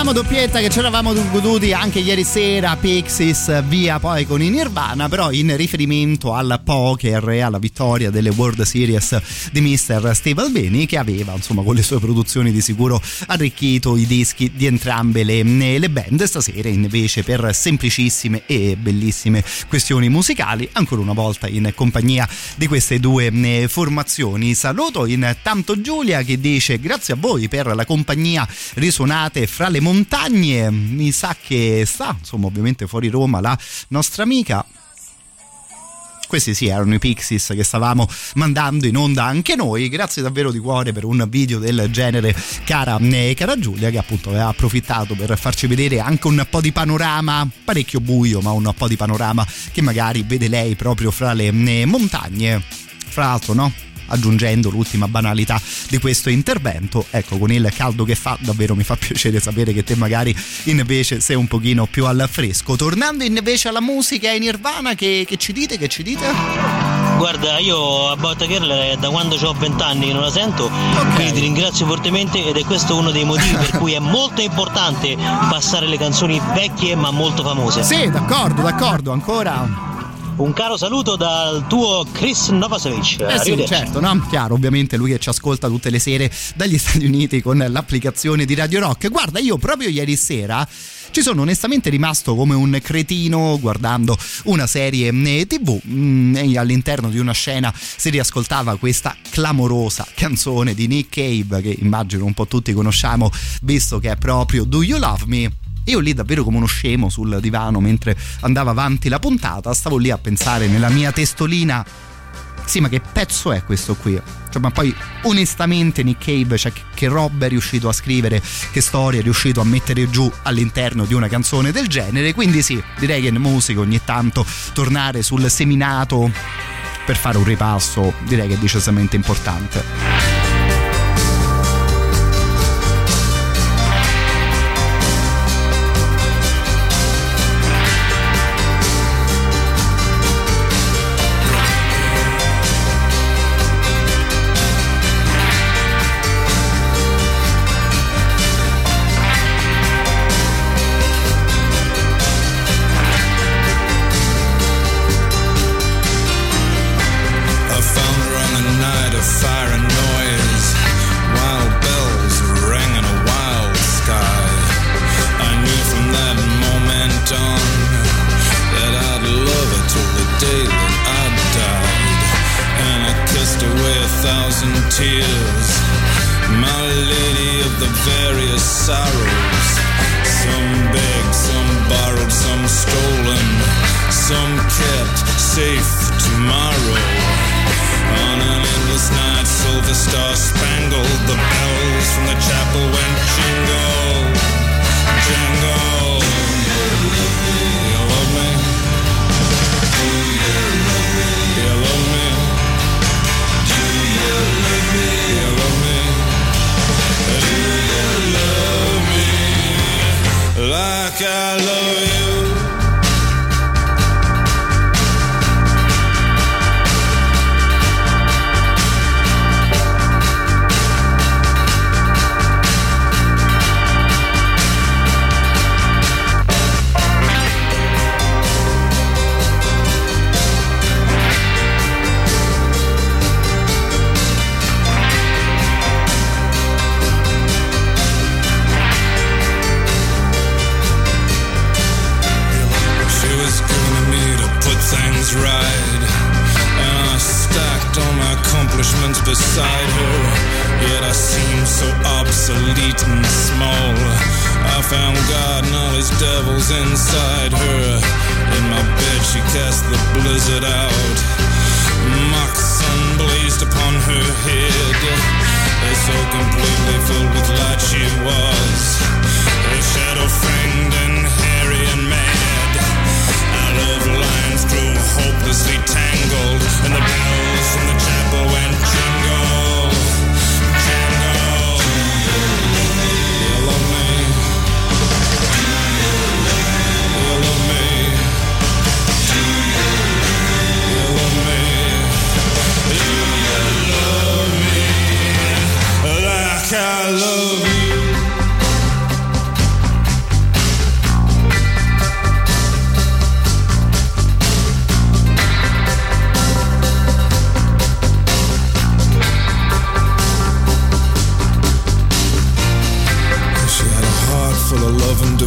dicevamo doppietta che ci eravamo goduti anche ieri sera Pixies via poi con i Nirvana, però in riferimento al poker e alla vittoria delle World Series di mister Steve Albini, che aveva insomma con le sue produzioni di sicuro arricchito i dischi di entrambe le, le band. Stasera invece per semplicissime e bellissime questioni musicali ancora una volta in compagnia di queste due formazioni. Saluto intanto Giulia che dice: grazie a voi per la compagnia, risuonate fra le montagne. Mi sa che sta insomma ovviamente fuori Roma la nostra amica. Questi sì erano i Pixies che stavamo mandando in onda anche noi. Grazie davvero di cuore per un video del genere, cara, cara Giulia, che appunto aveva approfittato per farci vedere anche un po' di panorama, parecchio buio, ma un po' di panorama che magari vede lei proprio fra le montagne. Fra l'altro, no? Aggiungendo l'ultima banalità di questo intervento, ecco, con il caldo che fa davvero mi fa piacere sapere che te magari invece sei un pochino più al fresco. Tornando invece alla musica e Nirvana, che, che ci dite, che ci dite? Guarda, io a Botta Girl è da quando ho vent'anni che non la sento, okay. Quindi ti ringrazio fortemente ed è questo uno dei motivi per cui è molto importante passare le canzoni vecchie ma molto famose. Sì, d'accordo, d'accordo, ancora... Un caro saluto dal tuo Chris Novoselic. Eh sì, certo, no? Chiaro, ovviamente lui che ci ascolta tutte le sere dagli Stati Uniti con l'applicazione di Radio Rock. Guarda, io proprio ieri sera ci sono onestamente rimasto come un cretino guardando una serie tivù e all'interno di una scena si riascoltava questa clamorosa canzone di Nick Cave, che immagino un po' tutti conosciamo visto che è proprio Do You Love Me? Io lì davvero come uno scemo sul divano mentre andava avanti la puntata stavo lì a pensare nella mia testolina: sì, ma che pezzo è questo qui? Cioè, ma poi onestamente Nick Cave, cioè, che roba è riuscito a scrivere, che storia è riuscito a mettere giù all'interno di una canzone del genere. Quindi sì, direi che in musica ogni tanto tornare sul seminato per fare un ripasso direi che è decisamente importante. Tears, my lady of the various sorrows, some begged, some borrowed, some stolen, some kept safe for tomorrow. On an endless night, silver star spangled, the bells from the chapel went jingle, jingle. You love me? Do you love me? You love me? Do you love me? You love me? Do you love me like I love you? Things right, and I stacked all my accomplishments beside her, yet I seemed so obsolete and small. I found God and all his devils inside her. In my bed she cast the blizzard out, mock sun blazed upon her head, so completely filled with light she was, a shadow fanged and hairy and mad. Love lines grew hopelessly tangled, and the bells from the chapel went jingle, jingle. Do you love me? Do you love me? Do you love me? Do you love me like I love you?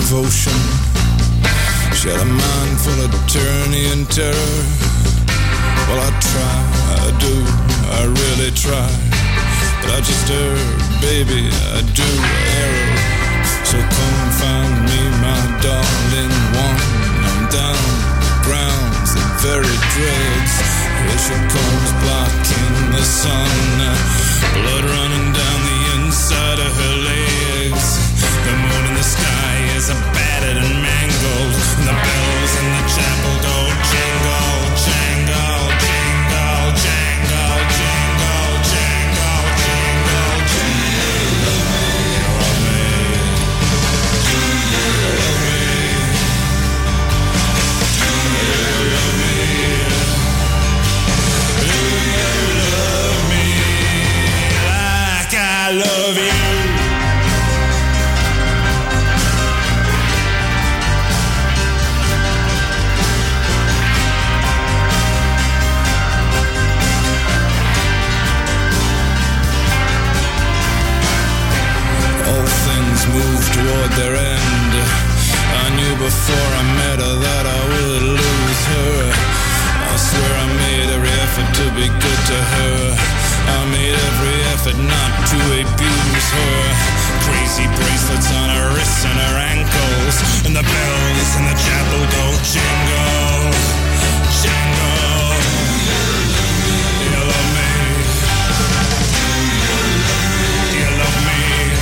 devotion. She had a mind full of tyranny and terror. Well, I try, I do, I really try, but I just err, baby, I do err. So come find me, my darling one. I'm down grounds, the very dregs. Here she comes, blocking the sun. Blood running down the inside of her legs. The moon in the sky is a battered and mangled, and the bells in the chapel go jingle, jangle, jingle, jangle, jingle, jangle, jingle, jingle. Love me, do you love me? Do you love me? Do you love me like I love you? Move toward their end. I knew before I met her that I would lose her. I swear I made every effort to be good to her. I made every effort not to abuse her. Crazy bracelets on her wrists and her ankles, and the bells in the chapel go jingle, jingle. You love me? Do you love me?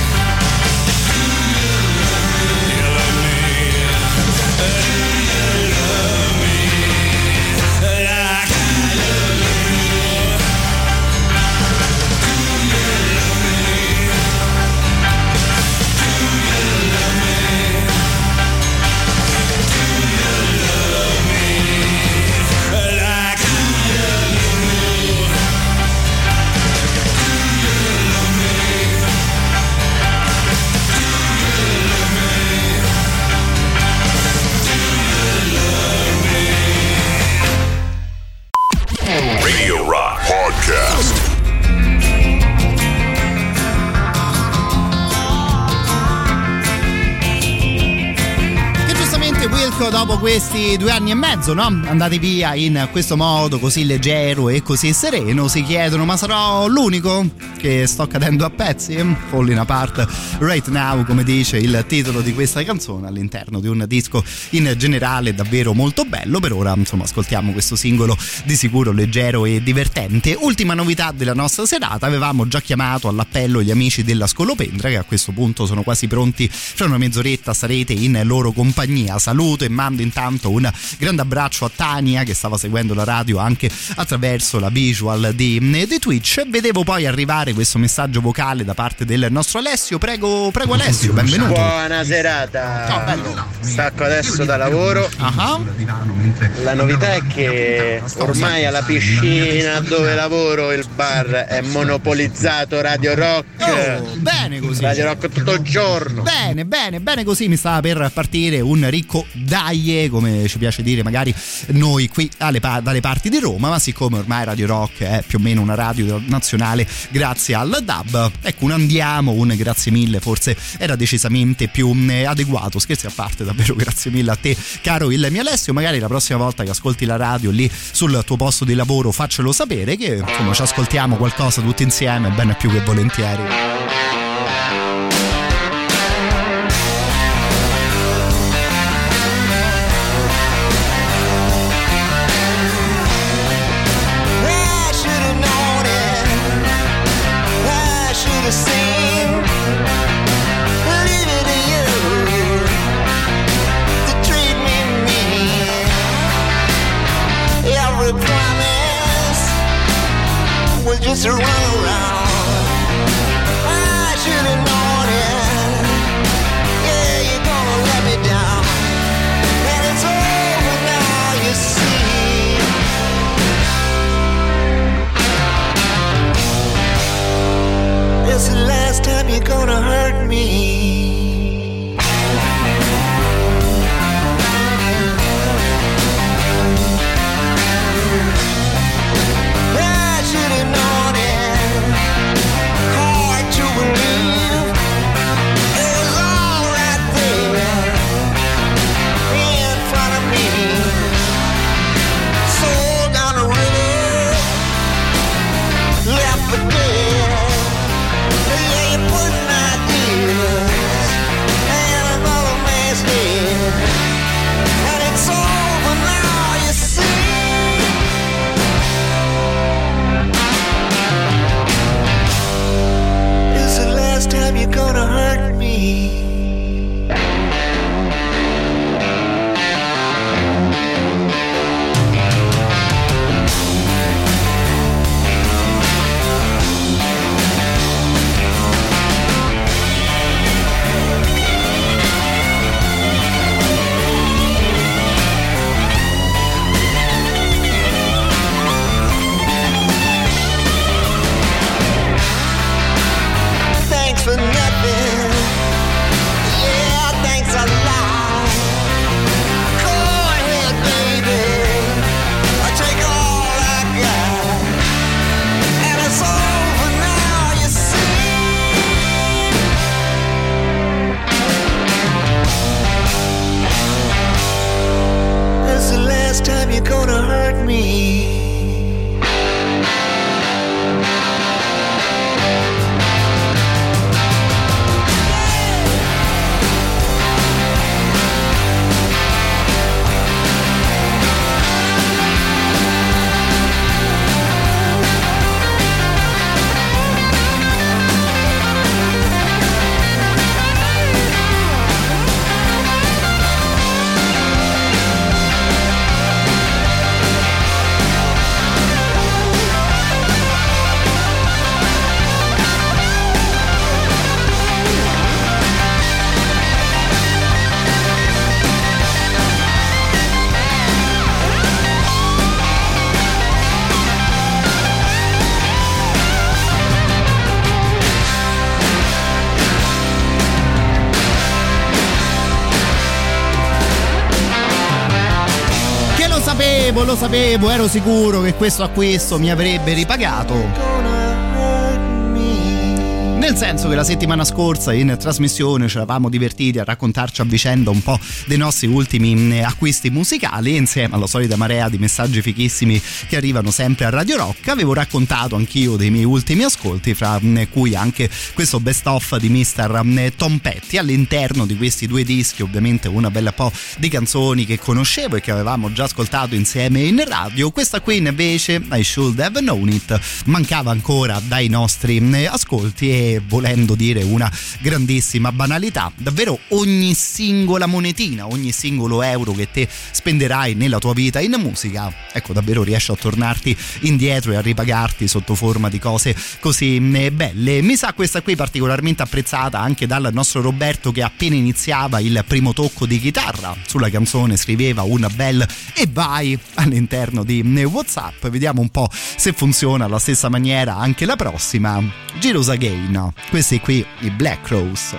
Radio Rock Podcast. Wilco, dopo questi due anni e mezzo, no? Andati via in questo modo così leggero e così sereno, si chiedono: ma sarò l'unico che sto cadendo a pezzi? Falling apart right now, come dice il titolo di questa canzone, all'interno di un disco in generale davvero molto bello. Per ora, insomma, ascoltiamo questo singolo di sicuro leggero e divertente. Ultima novità della nostra serata: avevamo già chiamato all'appello gli amici della Scolopendra, che a questo punto sono quasi pronti. Fra una mezz'oretta sarete in loro compagnia. Saluto e mando intanto un grande abbraccio a Tania, che stava seguendo la radio anche attraverso la visual di, di Twitch. Vedevo poi arrivare questo messaggio vocale da parte del nostro Alessio. Prego, prego Alessio, benvenuto. Buona serata. Ciao, bello. Stacco adesso da lavoro. Uh-huh. La novità è che ormai alla piscina dove lavoro il bar è monopolizzato Radio Rock. Oh, bene così. Radio Rock tutto il giorno. Bene, bene, bene così. Mi stava per partire un ricco daie, come ci piace dire magari noi qui alle pa- dalle parti di Roma, ma siccome ormai Radio Rock è più o meno una radio nazionale grazie al D A B, ecco, un andiamo, un grazie mille forse era decisamente più eh, adeguato. Scherzi a parte, davvero grazie mille a te, caro il mio Alessio. Magari la prossima volta che ascolti la radio lì sul tuo posto di lavoro faccelo sapere, che insomma ci ascoltiamo qualcosa tutti insieme, ben più che volentieri. Just run around. I should have known it. Yeah, you're gonna let me down, and it's over now. You see, it's the last time you're gonna hurt me. for nothing. Yeah, thanks a lot. Go ahead, baby. I take all I got, and it's over now, you see. That's the last time you're gonna hurt me. Lo sapevo, ero sicuro che questo acquisto mi avrebbe ripagato. Nel senso che la settimana scorsa in trasmissione ci eravamo divertiti a raccontarci a vicenda un po' dei nostri ultimi acquisti musicali, insieme alla solita marea di messaggi fichissimi che arrivano sempre a Radio Rock. Avevo raccontato anch'io dei miei ultimi ascolti, fra cui anche questo best of di mister Tom Petty. All'interno di questi due dischi ovviamente una bella po' di canzoni che conoscevo e che avevamo già ascoltato insieme in radio. Questa qui invece, I Should Have Known It, mancava ancora dai nostri ascolti e, volendo dire una grandissima banalità, davvero ogni singola monetina, ogni singolo euro che te spenderai nella tua vita in musica, ecco, davvero riesce a tornarti indietro e a ripagarti sotto forma di cose così belle. Mi sa questa qui particolarmente apprezzata anche dal nostro Roberto, che appena iniziava il primo tocco di chitarra sulla canzone scriveva una bel e vai all'interno di WhatsApp. Vediamo un po' se funziona alla stessa maniera anche la prossima. Giros Again. Questi qui, i Black Crowes.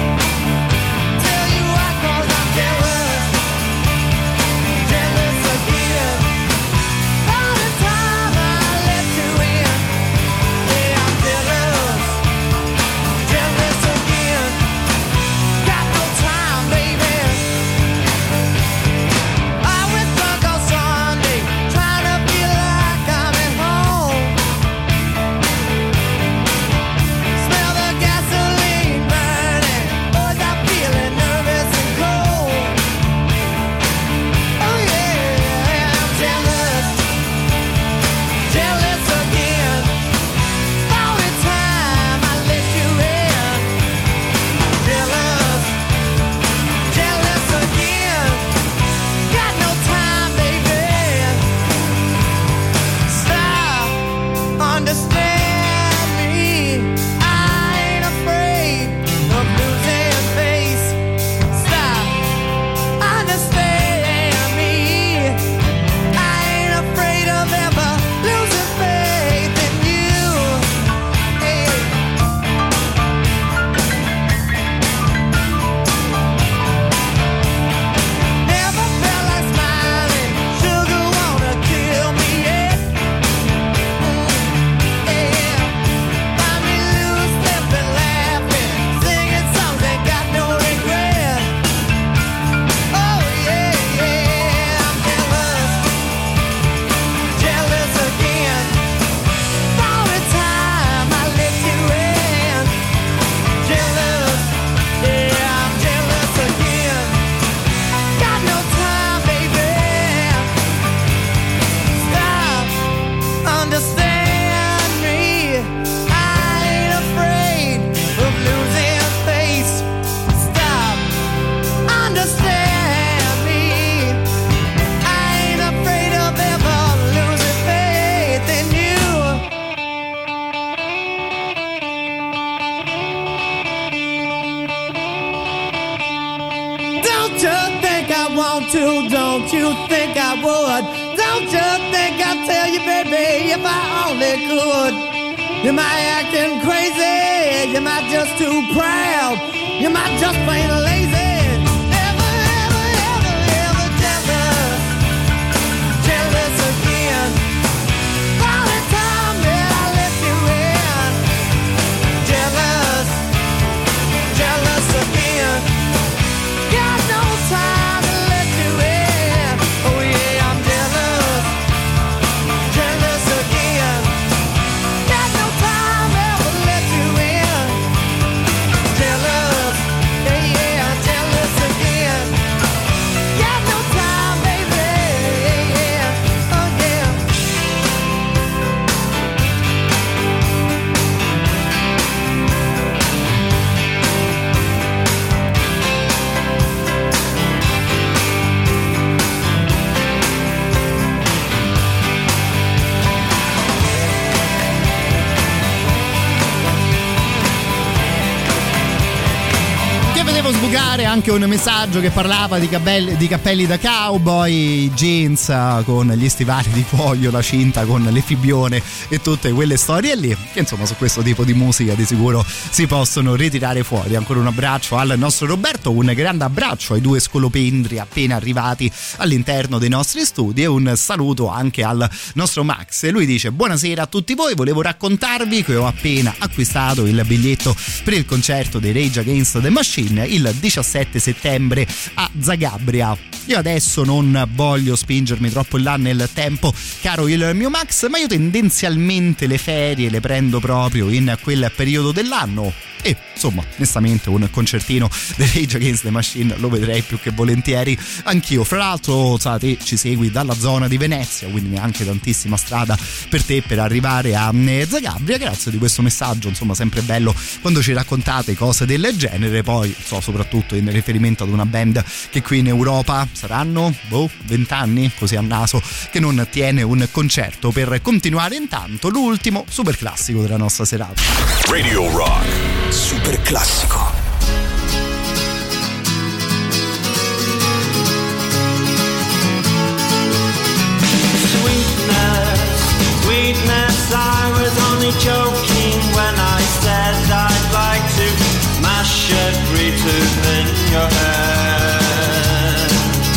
Jealous again. want to, don't you think I would? Don't you think I'd tell you, baby, if I only could? You might acting crazy, you might just too proud, you might just plain lazy. Ever, ever, ever, ever jealous, jealous again. All the time that I let you in. Jealous, jealous again. Got no time to let you in. Oh yeah, I'm jealous, jealous again. Got no time ever to let you in. Jealous, yeah, yeah, jealous again. Got no time, baby, yeah, yeah, oh yeah. Che vedevo sbucare anche un messaggio che parlava di, capelli, di cappelli da cowboy, jeans eh, con gli stivali di cuoio, la cinta con l'effibione e tutte quelle storie lì, che insomma su questo tipo di musica di sicuro si possono ritirare fuori. Ancora un abbraccio al nostro Roberto, un grande abbraccio ai due scolopendri appena arrivati all'interno dei nostri studi e un saluto anche al nostro Max. E lui dice: buonasera a tutti voi, volevo raccontarvi che ho appena acquistato il biglietto per il concerto dei Rage Against the Machine il diciassette settembre a Zagabria. Io adesso non voglio spingermi troppo in là nel tempo, caro il mio Max, ma io tendenzialmente le ferie le prendo proprio in quel periodo dell'anno e insomma onestamente un concertino dei Rage Against the Machine lo vedrei più che volentieri anch'io. Fra l'altro sa, te ci segui dalla zona di Venezia, quindi neanche tantissima strada per te per arrivare a Zagabria. Grazie di questo messaggio, insomma sempre bello quando ci raccontate cose del genere. Poi so, soprattutto in riferimento ad una band che qui in Europa saranno boh vent'anni così a naso che non tiene un concerto. Per continuare intanto l'ultimo super classico della nostra serata, Radio Rock super classico. Sweetness, sweetness, I was only joking when I said I'd like to mash every tooth in your head.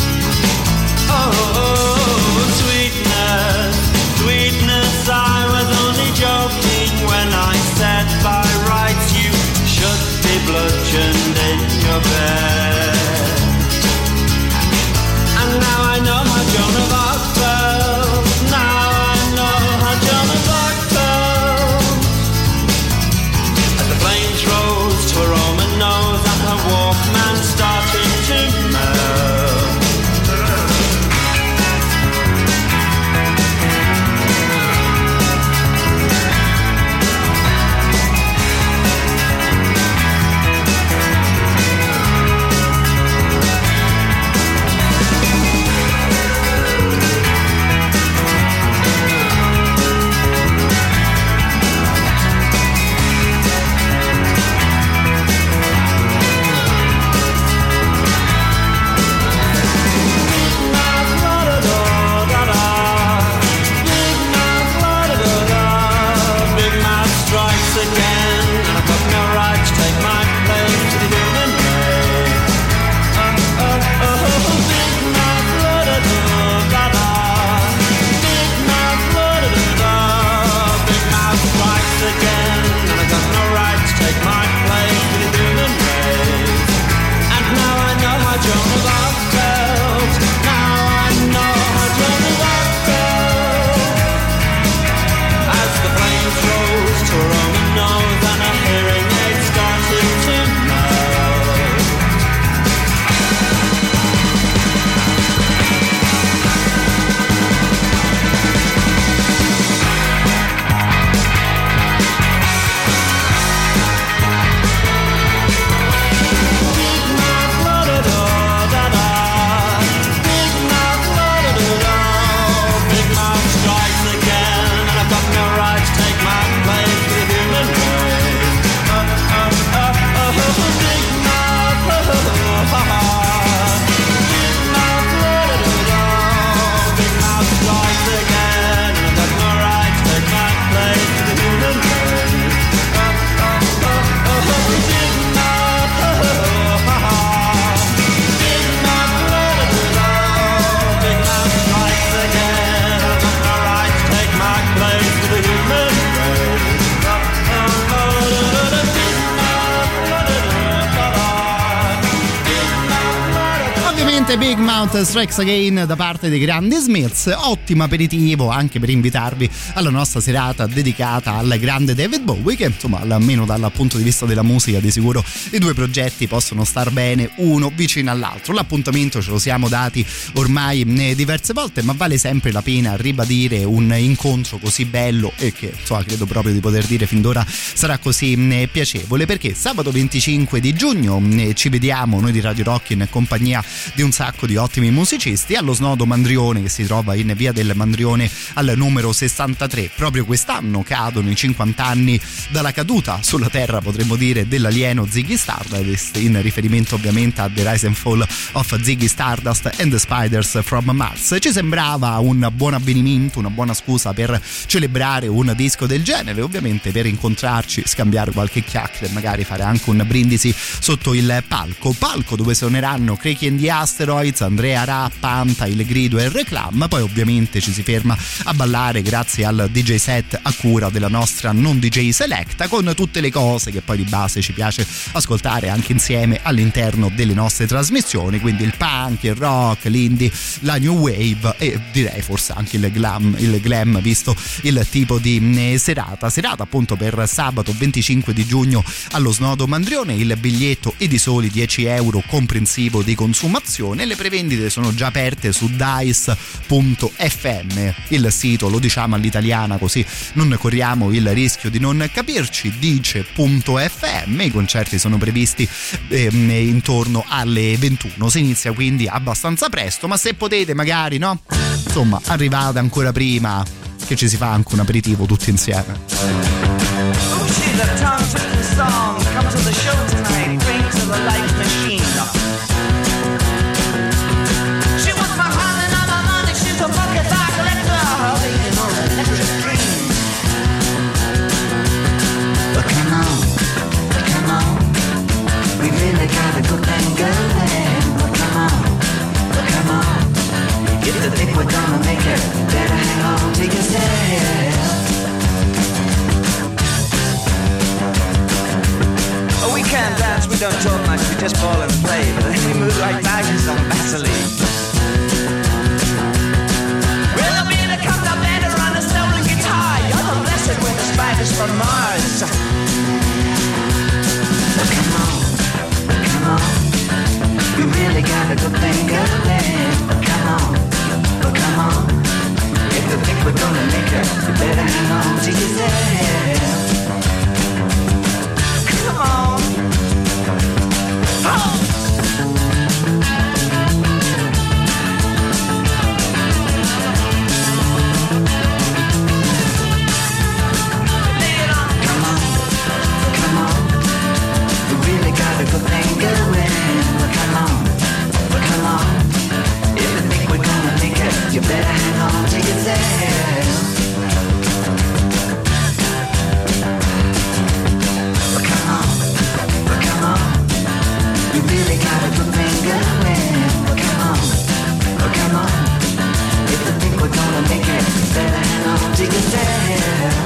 Oh, sweetness, sweetness, I was only joking when I said by rights you should be blood The Big Mouth Strikes Again da parte dei grandi Smiths, ottimo aperitivo anche per invitarvi alla nostra serata dedicata al grande David Bowie, che insomma almeno dal punto di vista della musica di sicuro i due progetti possono star bene uno vicino all'altro. L'appuntamento ce lo siamo dati ormai diverse volte, ma vale sempre la pena ribadire un incontro così bello e che insomma credo proprio di poter dire fin d'ora sarà così piacevole, perché sabato venticinque di giugno ci vediamo noi di Radio Rock in compagnia di un sacco di ottimi musicisti allo Snodo Mandrione, che si trova in via del Mandrione al numero sessantatré. Proprio quest'anno cadono i cinquanta anni dalla caduta sulla terra, potremmo dire, dell'alieno Ziggy Stardust, in riferimento ovviamente a The Rise and Fall of Ziggy Stardust and the Spiders from Mars. Ci sembrava un buon avvenimento, una buona scusa per celebrare un disco del genere, ovviamente per incontrarci, scambiare qualche chiacchiera e magari fare anche un brindisi sotto il palco palco dove suoneranno Craigie and the Asteroids, Andrea Rappa, Anta, Il Grido e il Reclam. Poi ovviamente ci si ferma a ballare grazie al D J set a cura della nostra non D J Selecta, con tutte le cose che poi di base ci piace ascoltare anche insieme all'interno delle nostre trasmissioni, quindi il punk, il rock, l'indie, la new wave e direi forse anche il glam, il glam visto il tipo di serata serata appunto per sabato venticinque di giugno allo Snodo Mandrione. Il biglietto è di soli dieci euro comprensivo di consumazione. Le prevendite sono già aperte su dice punto effe emme, il sito lo diciamo all'italiana così non corriamo il rischio di non capirci, dice punto effe emme. I concerti sono previsti ehm, intorno alle ventuno, si inizia quindi abbastanza presto, ma se potete magari no insomma arrivate ancora prima, che ci si fa anche un aperitivo tutti insieme. Oh, she's a tongue-twisting song. Come to the show tonight. Bring to the life machine. She wants my heart and all my money. She's a bucket bar collector. Waiting on an electric dream. But come on, but come on. We really got a good thing going. But come on, but come on. If you think we're gonna make it, better hang on to yourself. Oh, we can't dance, we don't talk much, we just ball and play. But then we move like tigers on Vaseline. Well, I'll be the comes up there to run a stolen guitar. You're the blessed with the spiders from Mars. But come on, but come on. We really got a good thing going. But come on, but come on. If you think we're gonna make it, you better hang on to yourself. Come on. Oh! You better hang on to yourself. But come on, but come on. You really got a good thing going. But come on, but come on. If you think we're gonna make it, you better hang on to yourself.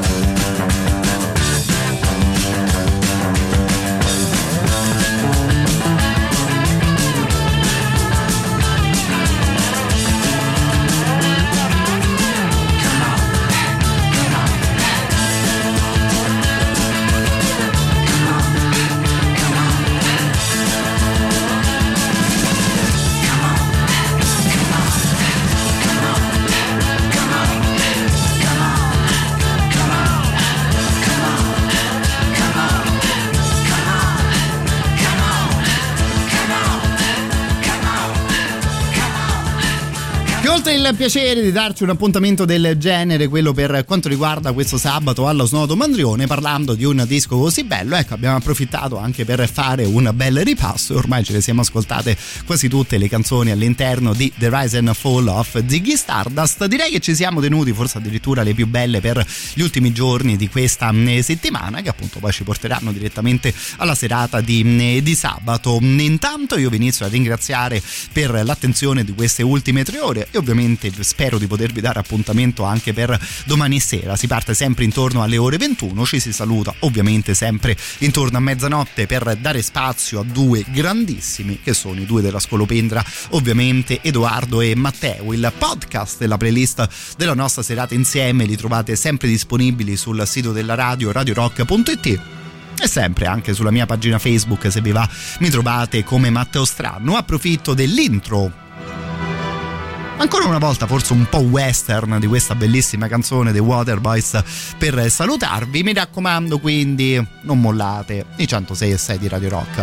Il piacere di darci un appuntamento del genere, quello per quanto riguarda questo sabato allo Snodo Mandrione, parlando di un disco così bello. Ecco, abbiamo approfittato anche per fare un bel ripasso e ormai ce le siamo ascoltate quasi tutte le canzoni all'interno di The Rise and Fall of Ziggy Stardust. Direi che ci siamo tenuti forse addirittura le più belle per gli ultimi giorni di questa settimana, che appunto poi ci porteranno direttamente alla serata di, di sabato. Intanto io vi inizio a ringraziare per l'attenzione di queste ultime tre ore e e ovviamente spero di potervi dare appuntamento anche per domani sera. Si parte sempre intorno alle ore ventuno, ci si saluta ovviamente sempre intorno a mezzanotte per dare spazio a due grandissimi che sono i due della Scolopendra, ovviamente Edoardo e Matteo. Il podcast e la playlist della nostra serata insieme li trovate sempre disponibili sul sito della radio radio rock punto it e sempre anche sulla mia pagina Facebook, se vi va mi trovate come Matteo Stranno. Approfitto dell'intro, ancora una volta forse un po' western, di questa bellissima canzone dei Waterboys per salutarvi. Mi raccomando quindi non mollate i centosei e sei di Radio Rock.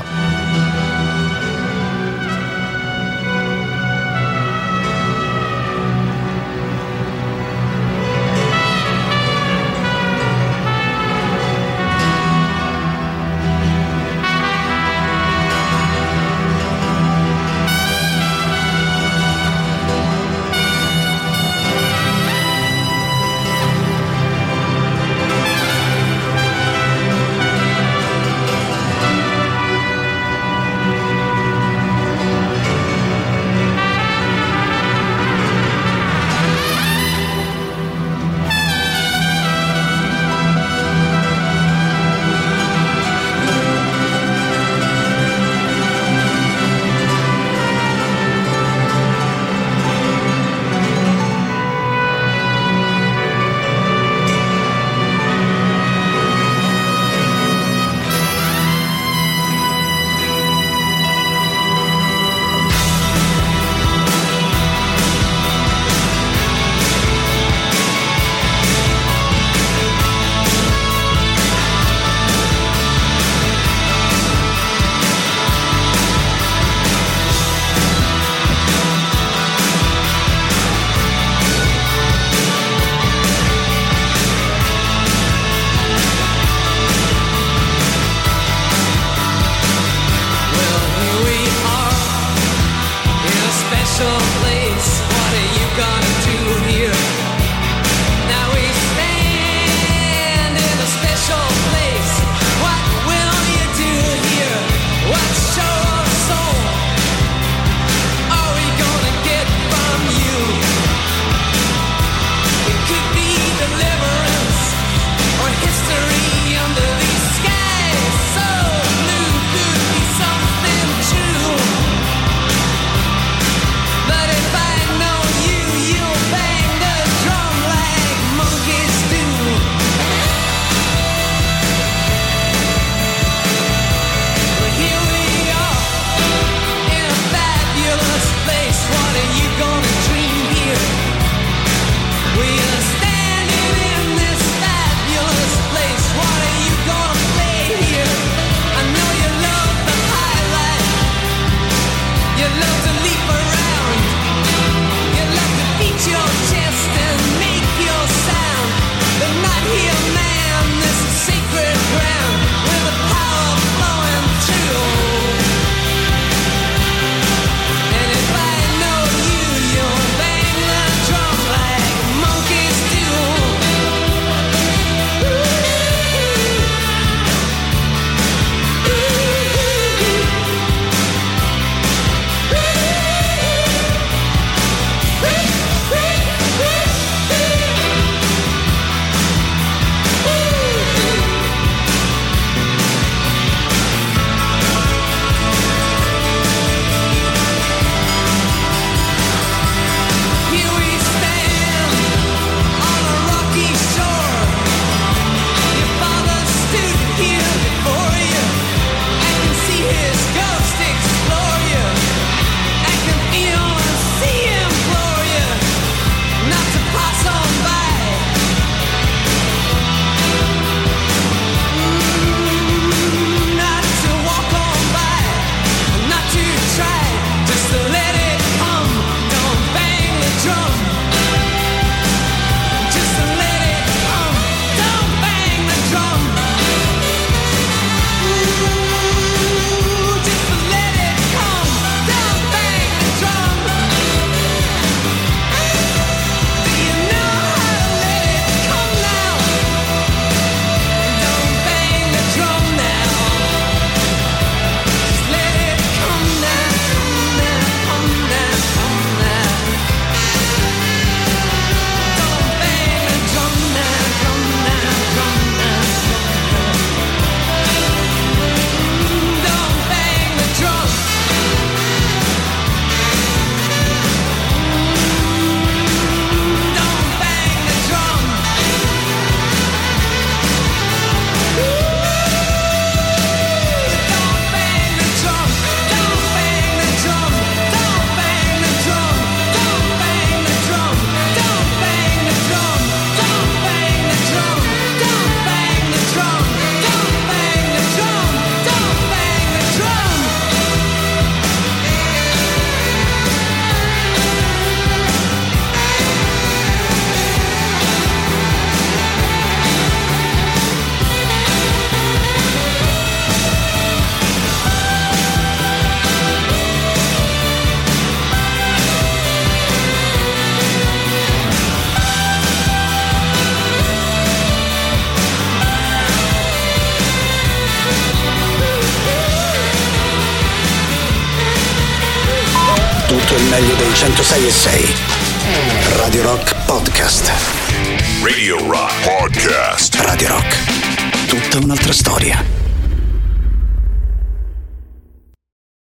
dei centosei e sei. Radio Rock Podcast. Radio Rock Podcast. Radio Rock. Tutta un'altra storia.